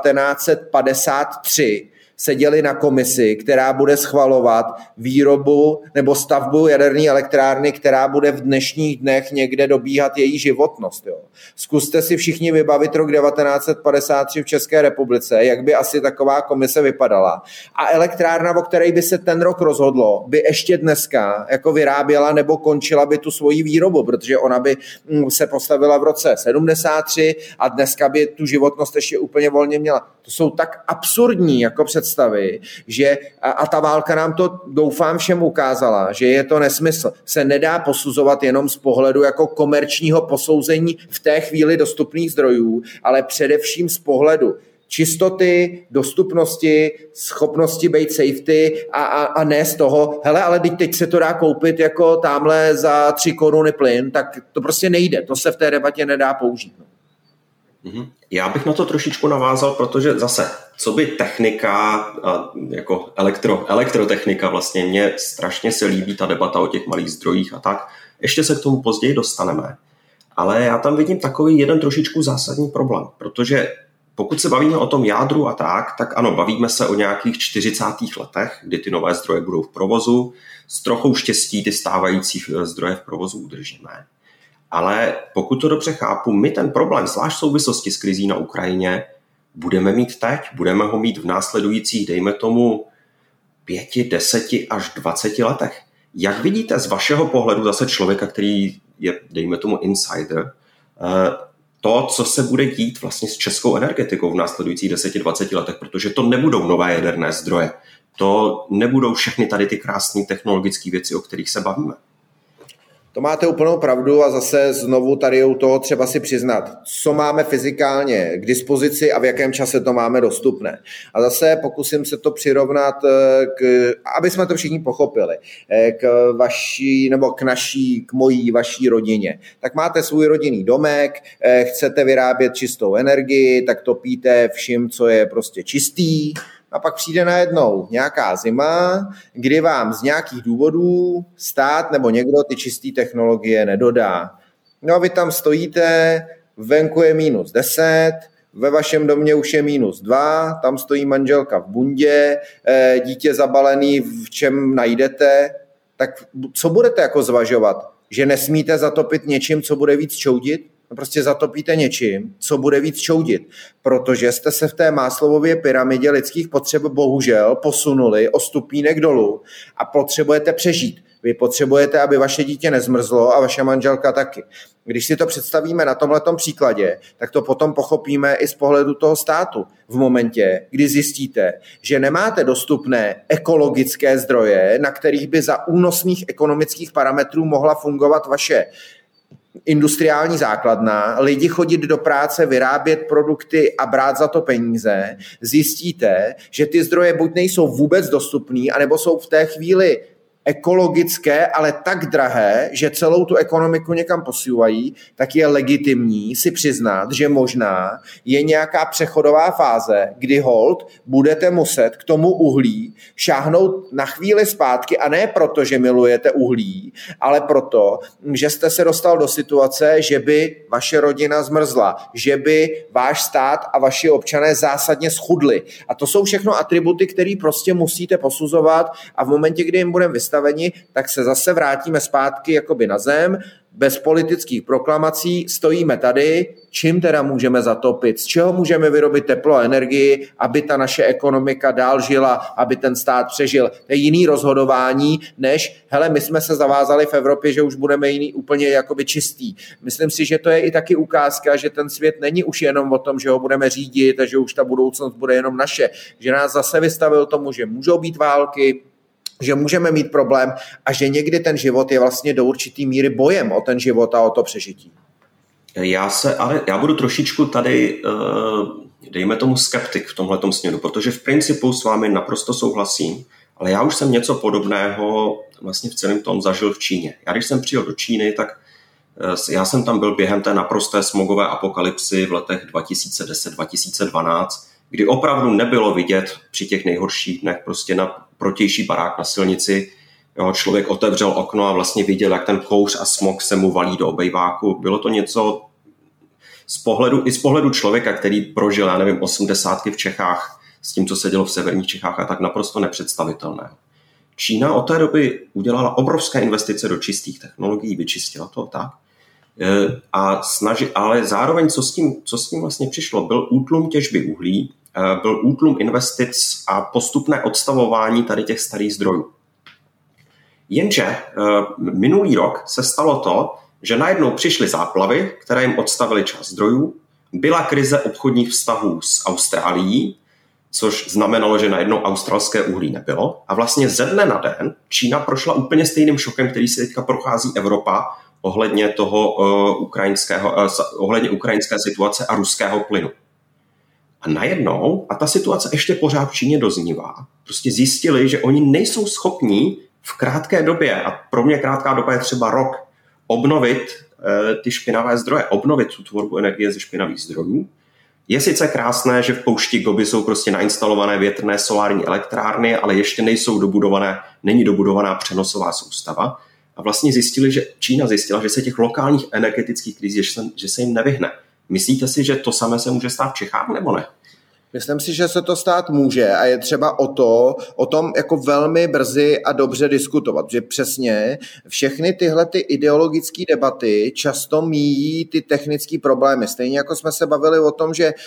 1953 seděli na komisi, která bude schvalovat výrobu nebo stavbu jaderné elektrárny, která bude v dnešních dnech někde dobíhat její životnost. Jo. Zkuste si všichni vybavit rok 1953 v České republice, jak by asi taková komise vypadala. A elektrárna, o které by se ten rok rozhodlo, by ještě dneska jako vyráběla nebo končila by tu svoji výrobu, protože ona by se postavila v roce 73 a dneska by tu životnost ještě úplně volně měla. To jsou tak absurdní jako představy, že a ta válka nám to doufám všem ukázala, že je to nesmysl. Se nedá posuzovat jenom z pohledu jako komerčního posouzení v té chvíli dostupných zdrojů, ale především z pohledu čistoty, dostupnosti, schopnosti být safety a ne z toho, hele, ale teď se to dá koupit jako tamhle za 3 koruny plyn, tak to prostě nejde, to se v té debatě nedá použít. Já bych na to trošičku navázal, protože zase, co by technika, jako elektrotechnika, vlastně mně strašně se líbí ta debata o těch malých zdrojích a tak, ještě se k tomu později dostaneme. Ale já tam vidím takový jeden trošičku zásadní problém, protože pokud se bavíme o tom jádru a tak ano, bavíme se o nějakých 40. letech, kdy ty nové zdroje budou v provozu, s trochou štěstí ty stávající zdroje v provozu udržíme. Ale pokud to dobře chápu, my ten problém, zvlášť v souvislosti s krizí na Ukrajině, budeme mít teď, budeme ho mít v následujících, dejme tomu, 5, 10 až 20 letech. Jak vidíte z vašeho pohledu zase člověka, který je, dejme tomu, insider, to, co se bude dít vlastně s českou energetikou v následujících 10-20 letech, protože to nebudou nové jaderné zdroje. To nebudou všechny tady ty krásné technologické věci, o kterých se bavíme. To máte úplnou pravdu a zase znovu tady u toho třeba si přiznat, co máme fyzikálně k dispozici a v jakém čase to máme dostupné. A zase pokusím se to přirovnat, aby jsme to všichni pochopili, k vaší nebo k mojí, vaší rodině. Tak máte svůj rodinný domek, chcete vyrábět čistou energii, tak topíte vším, co je prostě čistý. A pak přijde najednou nějaká zima, kdy vám z nějakých důvodů stát nebo někdo ty čisté technologie nedodá. No a vy tam stojíte, venku je -10, ve vašem domě už je -2, tam stojí manželka v bundě, dítě zabalený v čem najdete, tak co budete jako zvažovat? Že nesmíte zatopit něčím, co bude víc čoudit? No prostě zatopíte něčím, co bude víc čoudit, protože jste se v té Maslowově pyramidě lidských potřeb bohužel posunuli o stupínek dolů a potřebujete přežít. Vy potřebujete, aby vaše dítě nezmrzlo a vaše manželka taky. Když si to představíme na tomhletom příkladě, tak to potom pochopíme i z pohledu toho státu. V momentě, kdy zjistíte, že nemáte dostupné ekologické zdroje, na kterých by za únosných ekonomických parametrů mohla fungovat vaše industriální základna, lidi chodit do práce, vyrábět produkty a brát za to peníze, zjistíte, že ty zdroje buď nejsou vůbec dostupný, anebo jsou v té chvíli ekologické, ale tak drahé, že celou tu ekonomiku někam posouvají, tak je legitimní si přiznat, že možná je nějaká přechodová fáze, kdy hold budete muset k tomu uhlí šáhnout na chvíli zpátky a ne proto, že milujete uhlí, ale proto, že jste se dostal do situace, že by vaše rodina zmrzla, že by váš stát a vaši občané zásadně schudli. A to jsou všechno atributy, které prostě musíte posuzovat a v momentě, kdy jim budeme vystaveni, tak se zase vrátíme zpátky jakoby na zem, bez politických proklamací, stojíme tady, čím teda můžeme zatopit, z čeho můžeme vyrobit teplo a energii, aby ta naše ekonomika dál žila, aby ten stát přežil. To je jiný rozhodování, než hele, my jsme se zavázali v Evropě, že už budeme jiný úplně jakoby čistý. Myslím si, že to je i taky ukázka, že ten svět není už jenom o tom, že ho budeme řídit a že už ta budoucnost bude jenom naše, že nás zase vystavil tomu, že můžou být války, že můžeme mít problém a že někdy ten život je vlastně do určitý míry bojem o ten život a o to přežití. Já budu trošičku tady, dejme tomu skeptik v tomhletom směru, protože v principu s vámi naprosto souhlasím, ale já už jsem něco podobného vlastně v celém tom zažil v Číně. Já když jsem přijel do Číny, tak já jsem tam byl během té naprosté smogové apokalypsy v letech 2010-2012, kdy opravdu nebylo vidět při těch nejhorších dnech prostě na protější barák na silnici. Jo, člověk otevřel okno a vlastně viděl, jak ten kouř a smog se mu valí do obejváku. Bylo to něco i z pohledu člověka, který prožil, já nevím, 80 v Čechách s tím, co se dělo v severních Čechách, a tak naprosto nepředstavitelné. Čína od té doby udělala obrovské investice do čistých technologií, vyčistila to tak. Ale zároveň, co s tím vlastně přišlo, byl útlum těžby uhlí, byl útlum investic a postupné odstavování tady těch starých zdrojů. Jenže minulý rok se stalo to, že najednou přišly záplavy, které jim odstavily část zdrojů, byla krize obchodních vztahů s Austrálií, což znamenalo, že najednou australské uhlí nebylo, a vlastně ze dne na den Čína prošla úplně stejným šokem, který se teďka prochází Evropa ohledně toho ohledně ukrajinské situace a ruského plynu. A najednou, a ta situace ještě pořád v Číně doznívá, prostě zjistili, že oni nejsou schopní v krátké době, a pro mě krátká doba je třeba rok, obnovit ty špinavé zdroje, obnovit tu tvorbu energie ze špinavých zdrojů. Je sice krásné, že v poušti Gobi jsou prostě nainstalované větrné solární elektrárny, ale ještě není dobudovaná přenosová soustava. A vlastně Čína zjistila, že se těch lokálních energetických krizí, že se jim nevyhne. Myslíte si, že to samé se může stát v Čechách, nebo ne? Myslím si, že se to stát může a je třeba o tom jako velmi brzy a dobře diskutovat, že přesně všechny tyhle ty ideologické debaty často míjí ty technické problémy. Stejně jako jsme se bavili o tom, že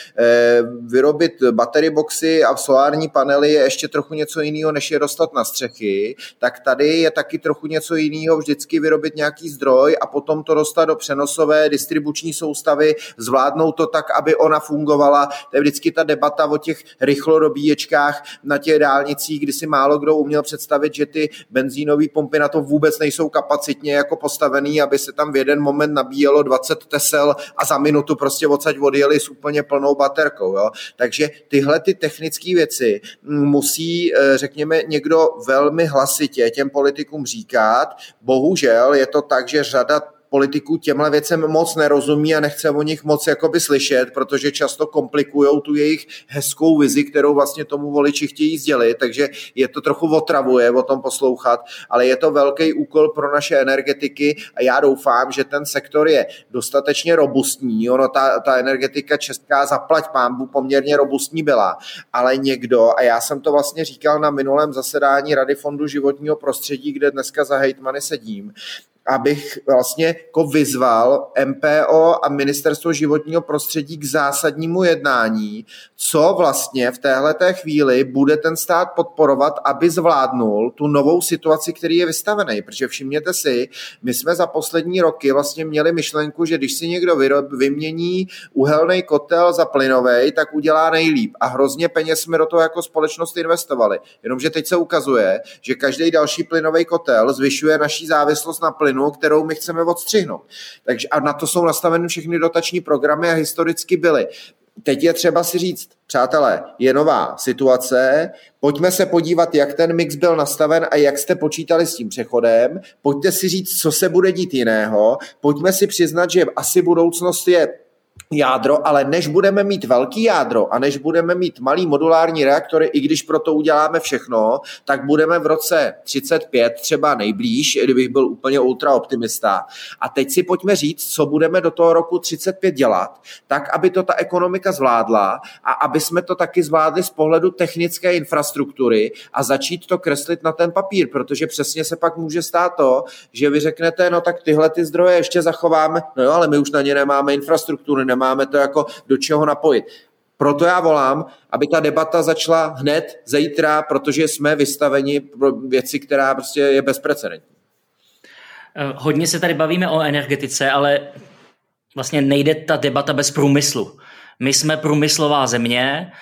vyrobit battery boxy a solární panely je ještě trochu něco jiného, než je dostat na střechy, tak tady je taky trochu něco jiného vždycky vyrobit nějaký zdroj a potom to dostat do přenosové distribuční soustavy, zvládnout to tak, aby ona fungovala. To je vždycky ta debata o těch rychlodobíječkách na těch dálnicích, kdy si málo kdo uměl představit, že ty benzínové pumpy na to vůbec nejsou kapacitně jako postavený, aby se tam v jeden moment nabíjelo 20 tesel a za minutu prostě odsaď odjeli s úplně plnou baterkou. Jo? Takže tyhle ty technické věci musí, řekněme, někdo velmi hlasitě těm politikům říkat. Bohužel je to tak, že řada politiků těmhle věcem moc nerozumí a nechce o nich moc jakoby slyšet, protože často komplikujou tu jejich hezkou vizi, kterou vlastně tomu voliči chtějí sdělit, takže je to trochu otravuje o tom poslouchat, ale je to velký úkol pro naše energetiky a já doufám, že ten sektor je dostatečně robustní. Ono ta energetika česká zaplať pánbů poměrně robustní byla, ale někdo, a já jsem to vlastně říkal na minulém zasedání Rady Fondu životního prostředí, kde dneska za hejtmany sedím, abych vlastně jako vyzval MPO a Ministerstvo životního prostředí k zásadnímu jednání, co vlastně v téhleté chvíli bude ten stát podporovat, aby zvládnul tu novou situaci, který je vystavený. Protože všimněte si, my jsme za poslední roky vlastně měli myšlenku, že když si někdo vymění uhelný kotel za plynovej, tak udělá nejlíp. A hrozně peněz jsme do toho jako společnost investovali. Jenomže teď se ukazuje, že každý další plynový kotel zvyšuje naší závislost na plynu, kterou my chceme odstřihnout. Takže a na to jsou nastaveny všechny dotační programy a historicky byly. Teď je třeba si říct, přátelé, je nová situace, pojďme se podívat, jak ten mix byl nastaven a jak jste počítali s tím přechodem, pojďte si říct, co se bude dít jiného, pojďme si přiznat, že asi budoucnost je jádro, ale než budeme mít velký jádro a než budeme mít malý modulární reaktory, i když pro to uděláme všechno, tak budeme v roce 35 třeba nejblíž, kdybych byl úplně ultra optimista. A teď si pojďme říct, co budeme do toho roku 35 dělat, tak, aby to ta ekonomika zvládla a aby jsme to taky zvládli z pohledu technické infrastruktury a začít to kreslit na ten papír, protože přesně se pak může stát to, že vy řeknete, no tak tyhle ty zdroje ještě zachováme, no jo, ale my už na ně nemáme infrastrukturu, nemáme to jako do čeho napojit. Proto já volám, aby ta debata začala hned zítra, protože jsme vystaveni pro věci, která prostě je bezprecedentní. Hodně se tady bavíme o energetice, ale vlastně nejde ta debata bez průmyslu. My jsme průmyslová země,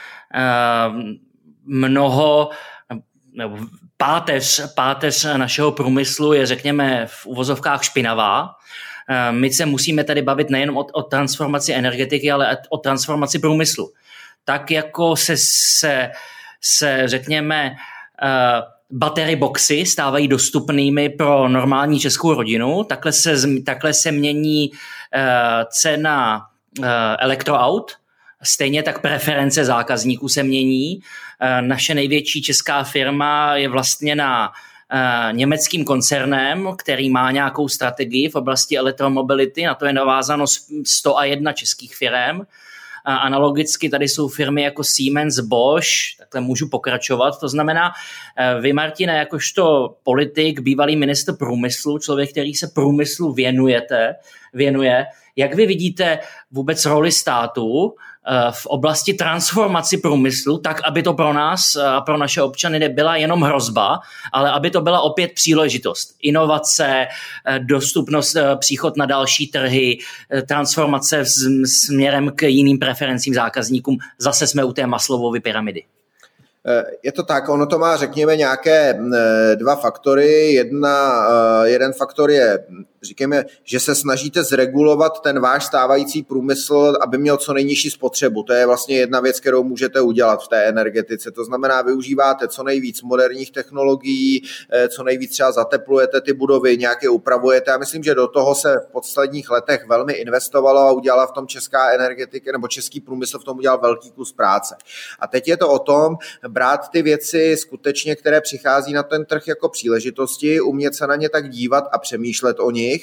páteř našeho průmyslu je, řekněme, v uvozovkách špinavá. My se musíme tady bavit nejen o transformaci energetiky, ale o transformaci průmyslu. Tak jako se řekněme, battery boxy stávají dostupnými pro normální českou rodinu, takhle se mění cena elektroaut, stejně tak preference zákazníků se mění. Naše největší česká firma je vlastněna německým koncernem, který má nějakou strategii v oblasti elektromobility, na to je navázáno 101 českých firm. Analogicky tady jsou firmy jako Siemens, Bosch, takhle můžu pokračovat. To znamená, vy, Martine, jakožto politik, bývalý ministr průmyslu, člověk, který se průmyslu věnuje, jak vy vidíte vůbec roli státu v oblasti transformaci průmyslu, tak aby to pro nás a pro naše občany nebyla jenom hrozba, ale aby to byla opět příležitost. Inovace, dostupnost, příchod na další trhy, transformace směrem k jiným preferencím zákazníkům. Zase jsme u té Maslowovy pyramidy. Je to tak, ono to má, řekněme, nějaké dva faktory. Jeden faktor je, říkáme, že se snažíte zregulovat ten váš stávající průmysl, aby měl co nejnižší spotřebu. To je vlastně jedna věc, kterou můžete udělat v té energetice. To znamená, využíváte co nejvíc moderních technologií, co nejvíc třeba zateplujete ty budovy, nějaké upravujete. Já myslím, že do toho se v posledních letech velmi investovalo a udělala v tom česká energetika, nebo český průmysl v tom udělal velký kus práce. A teď je to o tom, brát ty věci skutečně, které přichází na ten trh jako příležitosti, umět se na ně tak dívat a přemýšlet o nich nich.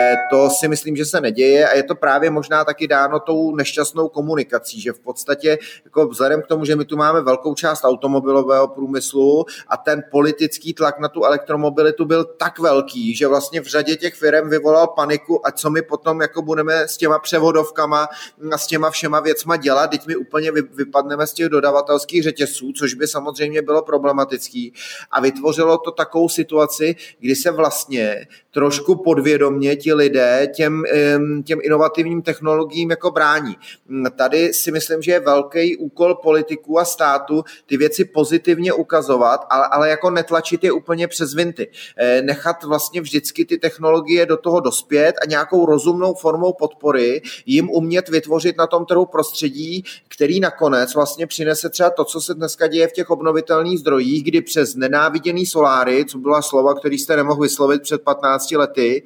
To si myslím, že se neděje a je to právě možná taky dáno tou nešťastnou komunikací, že v podstatě jako vzhledem k tomu, že my tu máme velkou část automobilového průmyslu a ten politický tlak na tu elektromobilitu byl tak velký, že vlastně v řadě těch firm vyvolal paniku a co my potom jako budeme s těma převodovkama a s těma všema věcma dělat, teď my úplně vypadneme z těch dodavatelských řetězců, což by samozřejmě bylo problematický a vytvořilo to takovou situaci, kdy se vlastně trošku podvědomě ti lidé těm inovativním technologiím jako brání. Tady si myslím, že je velký úkol politiků a státu ty věci pozitivně ukazovat, ale jako netlačit je úplně přes vinty. Nechat vlastně vždycky ty technologie do toho dospět a nějakou rozumnou formou podpory jim umět vytvořit na tom trhu prostředí, který nakonec vlastně přinese třeba to, co se dneska děje v těch obnovitelných zdrojích, kdy přes nenáviděný soláry, co byla slova, který jste nemohl vyslovit před 15 lety,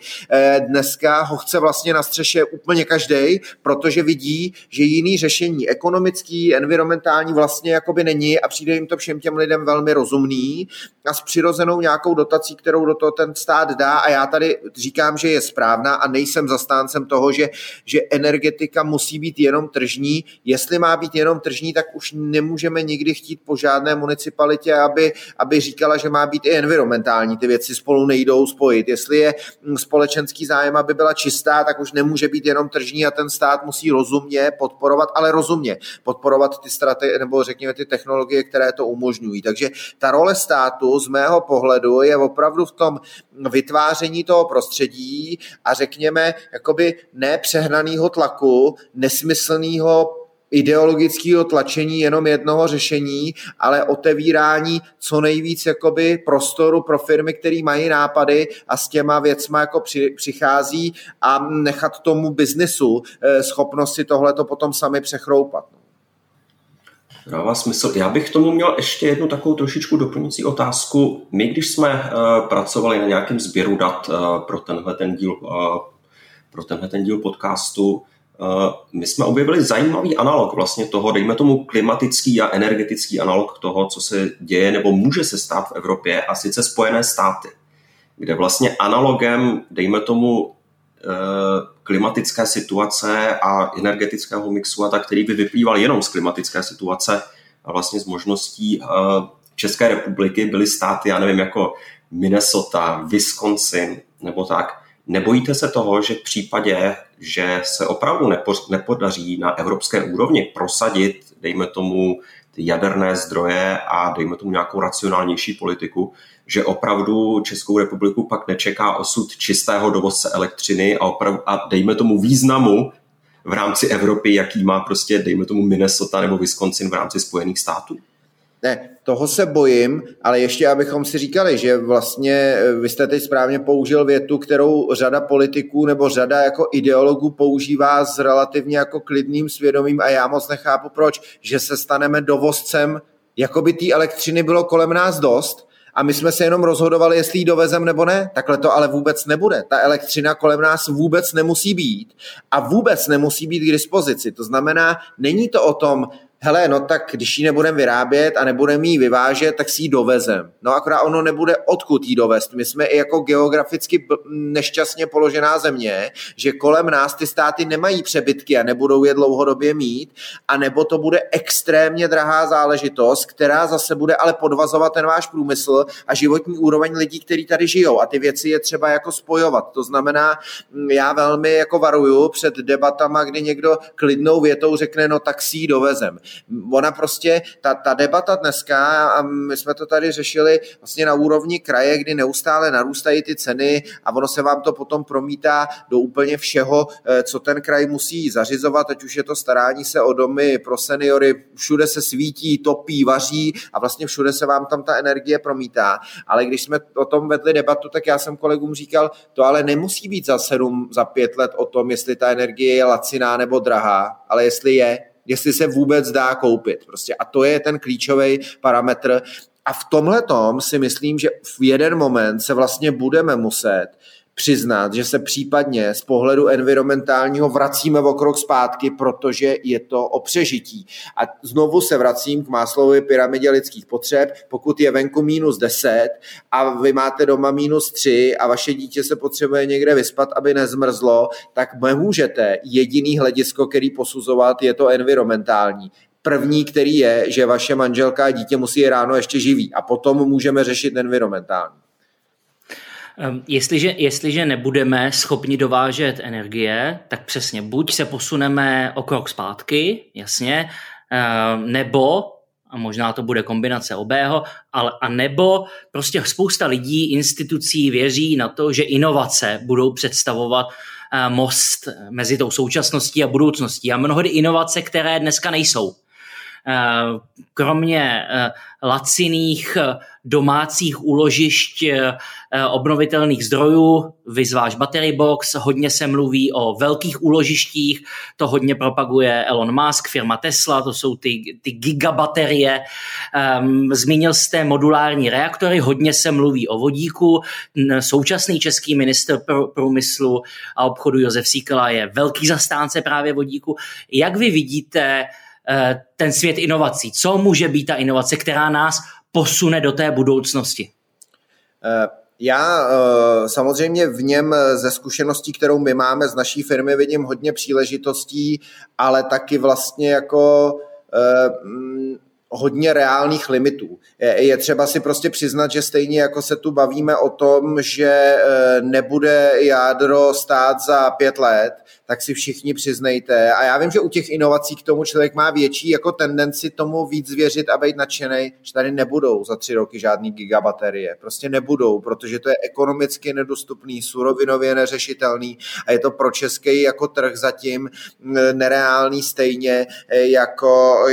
dneska ho chce vlastně na střeše úplně každej, protože vidí, že jiný řešení ekonomický, environmentální vlastně jakoby není a přijde jim to všem těm lidem velmi rozumný a s přirozenou nějakou dotací, kterou do toho ten stát dá a já tady říkám, že je správná a nejsem zastáncem toho, že energetika musí být jenom tržní. Jestli má být jenom tržní, tak už nemůžeme nikdy chtít po žádné municipalitě, aby říkala, že má být i environmentální. Ty věci spolu nejdou spojit. Jestli je společenský zájem, aby byla čistá, tak už nemůže být jenom tržní a ten stát musí rozumně podporovat, ale rozumně podporovat ty strategie nebo řekněme ty technologie, které to umožňují. Takže ta role státu z mého pohledu je opravdu v tom vytváření toho prostředí a řekněme jakoby nepřehnaného tlaku, nesmyslného ideologického tlačení jenom jednoho řešení, ale otevírání co nejvíc jakoby prostoru pro firmy, které mají nápady a s těma věcma jako přichází a nechat tomu biznesu schopnost si tohleto potom sami přechroupat. Dává smysl. Já bych tomu měl ještě jednu takovou trošičku doplňující otázku. My, když jsme pracovali na nějakém sběru dat pro tenhle díl podcastu, my jsme objevili zajímavý analog vlastně toho, dejme tomu klimatický a energetický analog toho, co se děje nebo může se stát v Evropě, a sice Spojené státy, kde vlastně analogem, dejme tomu, klimatické situace a energetického mixu a tak, který by vyplýval jenom z klimatické situace a vlastně z možností České republiky byly státy, já nevím, jako Minnesota, Wisconsin nebo tak. Nebojíte se toho, že v případě, že se opravdu nepodaří na evropské úrovni prosadit, dejme tomu, ty jaderné zdroje a dejme tomu nějakou racionálnější politiku, že opravdu Českou republiku pak nečeká osud čistého dovozce elektřiny a dejme tomu významu v rámci Evropy, jaký má prostě, dejme tomu, Minnesota nebo Wisconsin v rámci Spojených států? Ne, toho se bojím, ale ještě abychom si říkali, že vlastně vy jste teď správně použil větu, kterou řada politiků nebo řada jako ideologů používá s relativně jako klidným svědomím a já moc nechápu proč, že se staneme dovozcem, jako by té elektřiny bylo kolem nás dost a my jsme se jenom rozhodovali, jestli ji dovezem nebo ne. Takhle to ale vůbec nebude. Ta elektřina kolem nás vůbec nemusí být a vůbec nemusí být k dispozici. To znamená, není to o tom, hele, no tak když ji nebudeme vyrábět a nebudeme ji vyvážet, tak si ji dovezem. No akorát ono nebude odkud ji dovést. My jsme i jako geograficky nešťastně položená země, že kolem nás ty státy nemají přebytky a nebudou je dlouhodobě mít, anebo to bude extrémně drahá záležitost, která zase bude ale podvazovat ten váš průmysl a životní úroveň lidí, kteří tady žijou. A ty věci je třeba jako spojovat. To znamená, já velmi jako varuju před debatama, kdy někdo klidnou větou řekne, no tak si ji dovezem. Ona prostě, ta debata dneska, a my jsme to tady řešili vlastně na úrovni kraje, kdy neustále narůstají ty ceny a ono se vám to potom promítá do úplně všeho, co ten kraj musí zařizovat, ať už je to starání se o domy pro seniory, všude se svítí, topí, vaří a vlastně všude se vám tam ta energie promítá. Ale když jsme o tom vedli debatu, tak já jsem kolegům říkal, to ale nemusí být za 5 let o tom, jestli ta energie je laciná nebo drahá, ale jestli se vůbec dá koupit. Prostě. A to je ten klíčový parametr. A v tomhletom si myslím, že v jeden moment se vlastně budeme muset přiznat, že se případně z pohledu environmentálního vracíme o krok zpátky, protože je to o přežití. A znovu se vracím k Maslowově pyramidě lidských potřeb. Pokud je venku -10 a vy máte doma -3 a vaše dítě se potřebuje někde vyspat, aby nezmrzlo, tak nemůžete jediný hledisko, který posuzovat, je to environmentální. První, který je, že vaše manželka a dítě musí ráno ještě živí a potom můžeme řešit environmentální. Jestliže nebudeme schopni dovážet energie, tak přesně buď se posuneme o krok zpátky, jasně, nebo, a možná to bude kombinace obého, a nebo prostě spousta lidí, institucí věří na to, že inovace budou představovat most mezi tou současností a budoucností. A mnohdy inovace, které dneska nejsou. Kromě laciných domácích úložišť obnovitelných zdrojů, vyzváš Battery Box, hodně se mluví o velkých úložištích, to hodně propaguje Elon Musk, firma Tesla, to jsou ty gigabaterie. Zmínil jste modulární reaktory, hodně se mluví o vodíku, současný český ministr průmyslu a obchodu Josef Síkela je velký zastánce právě vodíku. Jak vy vidíte ten svět inovací? Co může být ta inovace, která nás posune do té budoucnosti? Já samozřejmě v něm ze zkušeností, kterou my máme z naší firmy, vidím hodně příležitostí, ale taky vlastně jako hodně reálných limitů. Je třeba si prostě přiznat, že stejně jako se tu bavíme o tom, že nebude jádro stát za 5 let, tak si všichni přiznejte. A já vím, že u těch inovací k tomu člověk má větší jako tendenci tomu víc věřit a být nadšenej, že tady nebudou za 3 roky žádný gigabaterie. Prostě nebudou, protože to je ekonomicky nedostupný, surovinově neřešitelný a je to pro český jako trh zatím nereálný stejně jako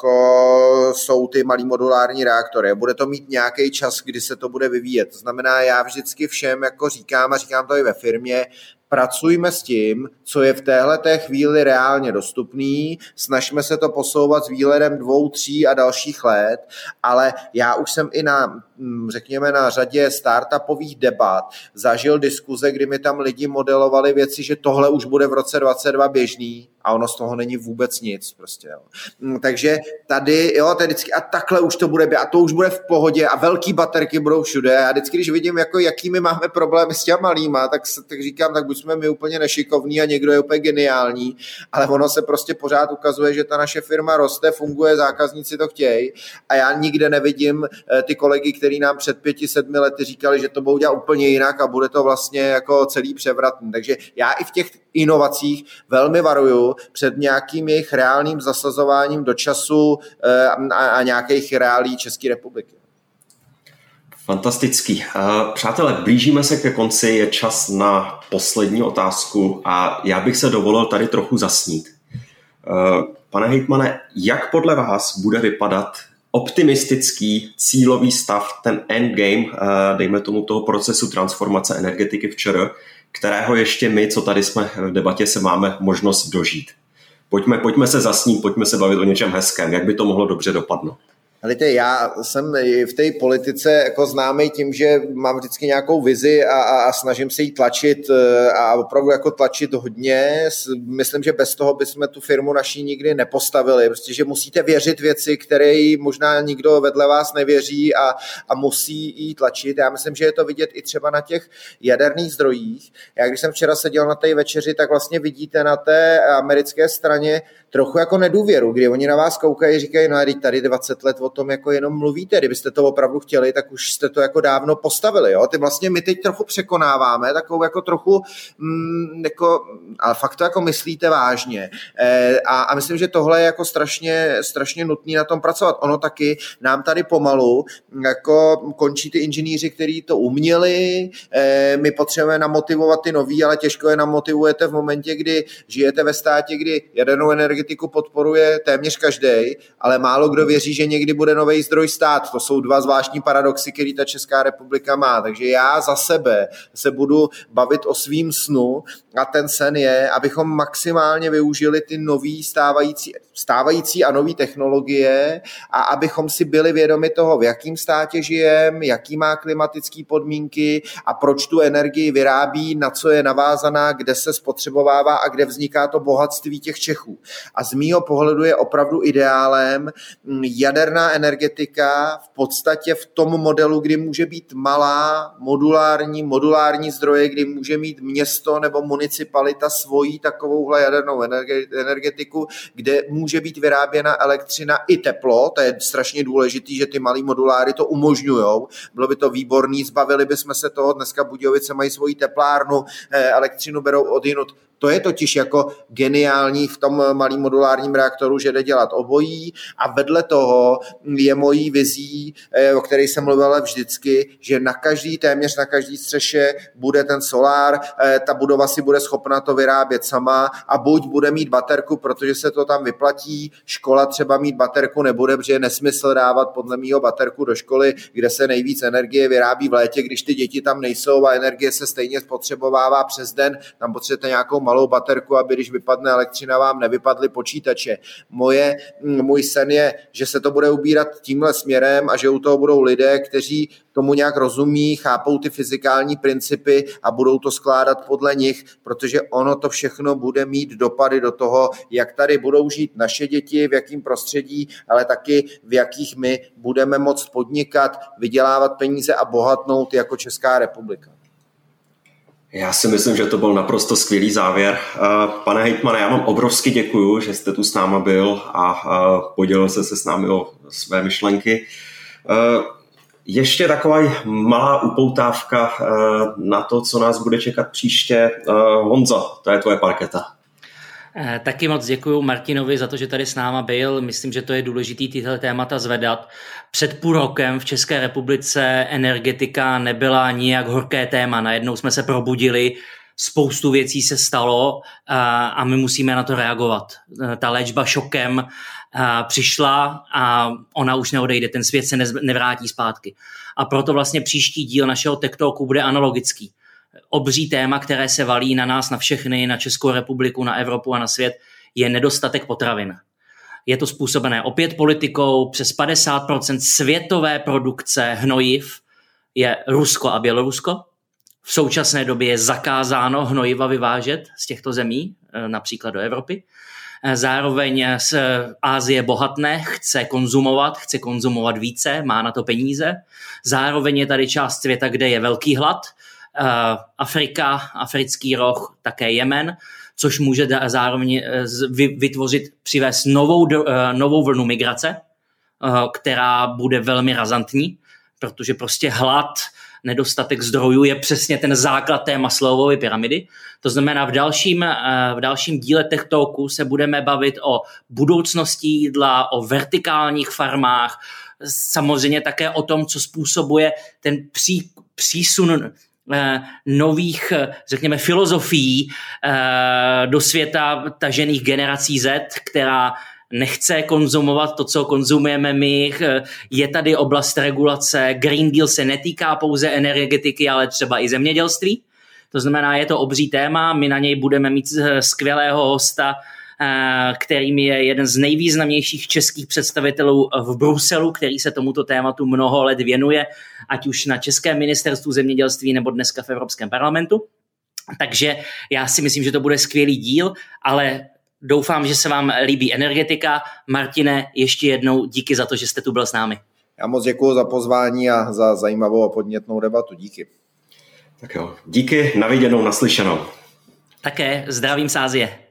jsou ty malý modulární reaktory. Bude to mít nějaký čas, kdy se to bude vyvíjet. To znamená, já vždycky všem jako říkám a říkám to i ve firmě, pracujme s tím, co je v téhleté chvíli reálně dostupný, snažme se to posouvat s výhledem 2, 3 a dalších let, ale já už jsem i řekněme na řadě startupových debat zažil diskuze, kdy mi tam lidi modelovali věci, že tohle už bude v roce 2022 běžný a ono z toho není vůbec nic. Prostě, jo. Takže tady, jo, to je vždycky, a takhle už to bude, a to už bude v pohodě a velký baterky budou všude a vždycky, když vidím, jako, jaký my máme problémy s těma malýma, tak říkám, tak buď jsme my úplně nešikovní a někdo je úplně geniální, ale ono se prostě pořád ukazuje, že ta naše firma roste, funguje, zákazníci to chtějí a já nikde nevidím ty kolegy, který nám před 5-7 lety říkali, že to budou dělat úplně jinak a bude to vlastně jako celý převratný. Takže já i v těch inovacích velmi varuju před nějakým jejich reálným zasazováním do času a nějakých reálí České republiky. Fantastický. Přátelé, blížíme se ke konci, je čas na poslední otázku a já bych se dovolil tady trochu zasnít. Pane hejtmane, jak podle vás bude vypadat optimistický cílový stav, ten endgame, dejme tomu toho procesu transformace energetiky v ČR, kterého ještě my, co tady jsme v debatě, se máme možnost dožít? Pojďme se zasnít, pojďme se bavit o něčem hezkém, jak by to mohlo dobře dopadnout. Víte, já jsem v té politice jako známý tím, že mám vždycky nějakou vizi a snažím se jí tlačit a opravdu jako tlačit hodně. Myslím, že bez toho bychom tu firmu naší nikdy nepostavili. Prostě, že musíte věřit věci, které možná nikdo vedle vás nevěří a musí jí tlačit. Já myslím, že je to vidět i třeba na těch jaderných zdrojích. Já když jsem včera seděl na té večeři, tak vlastně vidíte na té americké straně trochu jako nedůvěru, kdy oni na vás koukají a říkají, no a tady 20 let o tom jako jenom mluvíte, kdybyste to opravdu chtěli, tak už jste to jako dávno postavili, jo? Ty vlastně my teď trochu překonáváme, takovou jako trochu, jako, ale fakt to jako myslíte vážně. A myslím, že tohle je jako strašně nutný na tom pracovat. Ono taky nám tady pomalu jako končí ty inženýři, kteří to uměli, my potřebujeme namotivovat ty nový, ale těžko je namotivujete v momentě, kdy žijete ve státě, kdy jadernou energetiku podporuje téměř každý, ale málo kdo věří, že někdy bude bude nový zdroj stát. To jsou dva zvláštní paradoxy, který ta Česká republika má. Takže já za sebe se budu bavit o svým snu a ten sen je, abychom maximálně využili ty nový stávající a nové technologie a abychom si byli vědomi toho, v jakém státě žijeme, jaký má klimatické podmínky a proč tu energii vyrábí, na co je navázaná, kde se spotřebovává a kde vzniká to bohatství těch Čechů. A z mýho pohledu je opravdu ideálem jaderná energetika v podstatě v tom modelu, kdy může být malá, modulární zdroje, kdy může mít město nebo municipalita svojí takovouhle jadernou energetiku, kde může být vyráběna elektřina i teplo. To je strašně důležitý, že ty malý moduláry to umožňujou. Bylo by to výborný, zbavili bychom se toho. Dneska Budějovice mají svoji teplárnu, elektřinu berou odjinud. To je totiž jako geniální v tom malým modulárním reaktoru, že jde dělat obojí a vedle toho je mojí vizí, o které jsem mluvil vždycky, že téměř na každý střeše bude ten solár, ta budova si bude schopna to vyrábět sama a buď bude mít baterku, protože se to tam vyplatí, škola třeba mít baterku nebude, protože je nesmysl dávat podle mýho baterku do školy, kde se nejvíc energie vyrábí v létě, když ty děti tam nejsou a energie se stejně spotřebovává přes den, tam potřebujete nějakou malou baterku, aby když vypadne elektřina, vám nevypadly počítače. Můj sen je, že se to bude ubírat tímhle směrem a že u toho budou lidé, kteří tomu nějak rozumí, chápou ty fyzikální principy a budou to skládat podle nich, protože ono to všechno bude mít dopady do toho, jak tady budou žít naše děti, v jakém prostředí, ale taky v jakých my budeme moct podnikat, vydělávat peníze a bohatnout jako Česká republika. Já si myslím, že to byl naprosto skvělý závěr. Pane hejtmane, já vám obrovsky děkuju, že jste tu s náma byl a podělil se s námi o své myšlenky. Ještě taková malá upoutávka na to, co nás bude čekat příště. Honzo, to je tvoje parketa. Taky moc děkuju Martinovi za to, že tady s náma byl. Myslím, že to je důležité tyhle témata zvedat. Před půl rokem v České republice energetika nebyla nijak horké téma. Najednou jsme se probudili, spoustu věcí se stalo a my musíme na to reagovat. Ta léčba šokem přišla a ona už neodejde. Ten svět se nevrátí zpátky. A proto vlastně příští díl našeho Tech Talku bude analogický. Obří téma, které se valí na nás, na všechny, na Českou republiku, na Evropu a na svět, je nedostatek potravin. Je to způsobené opět politikou, přes 50% světové produkce hnojiv je Rusko a Bělorusko. V současné době je zakázáno hnojiva vyvážet z těchto zemí, například do Evropy. Zároveň z Asie bohatne, chce konzumovat více, má na to peníze. Zároveň je tady část světa, kde je velký hlad, Afrika, africký roh, také Jemen, což může zároveň přivést novou vlnu migrace, která bude velmi razantní, protože prostě hlad, nedostatek zdrojů je přesně ten základ té Maslowovy pyramidy. To znamená, v dalším díle Tech Talku se budeme bavit o budoucnosti jídla, o vertikálních farmách, samozřejmě také o tom, co způsobuje ten přísun nových, řekněme, filozofií do světa tažených generací Z, která nechce konzumovat to, co konzumujeme my. Je tady oblast regulace. Green Deal se netýká pouze energetiky, ale třeba i zemědělství. To znamená, je to obří téma, my na něj budeme mít skvělého hosta, kterým je jeden z nejvýznamnějších českých představitelů v Bruselu, který se tomuto tématu mnoho let věnuje, ať už na Českém ministerstvu zemědělství nebo dneska v Evropském parlamentu. Takže já si myslím, že to bude skvělý díl, ale doufám, že se vám líbí energetika. Martine, ještě jednou díky za to, že jste tu byl s námi. Já moc děkuji za pozvání a za zajímavou a podnětnou debatu. Díky. Tak jo, díky, na viděnou, naslyšenou. Také zdravím z Asie.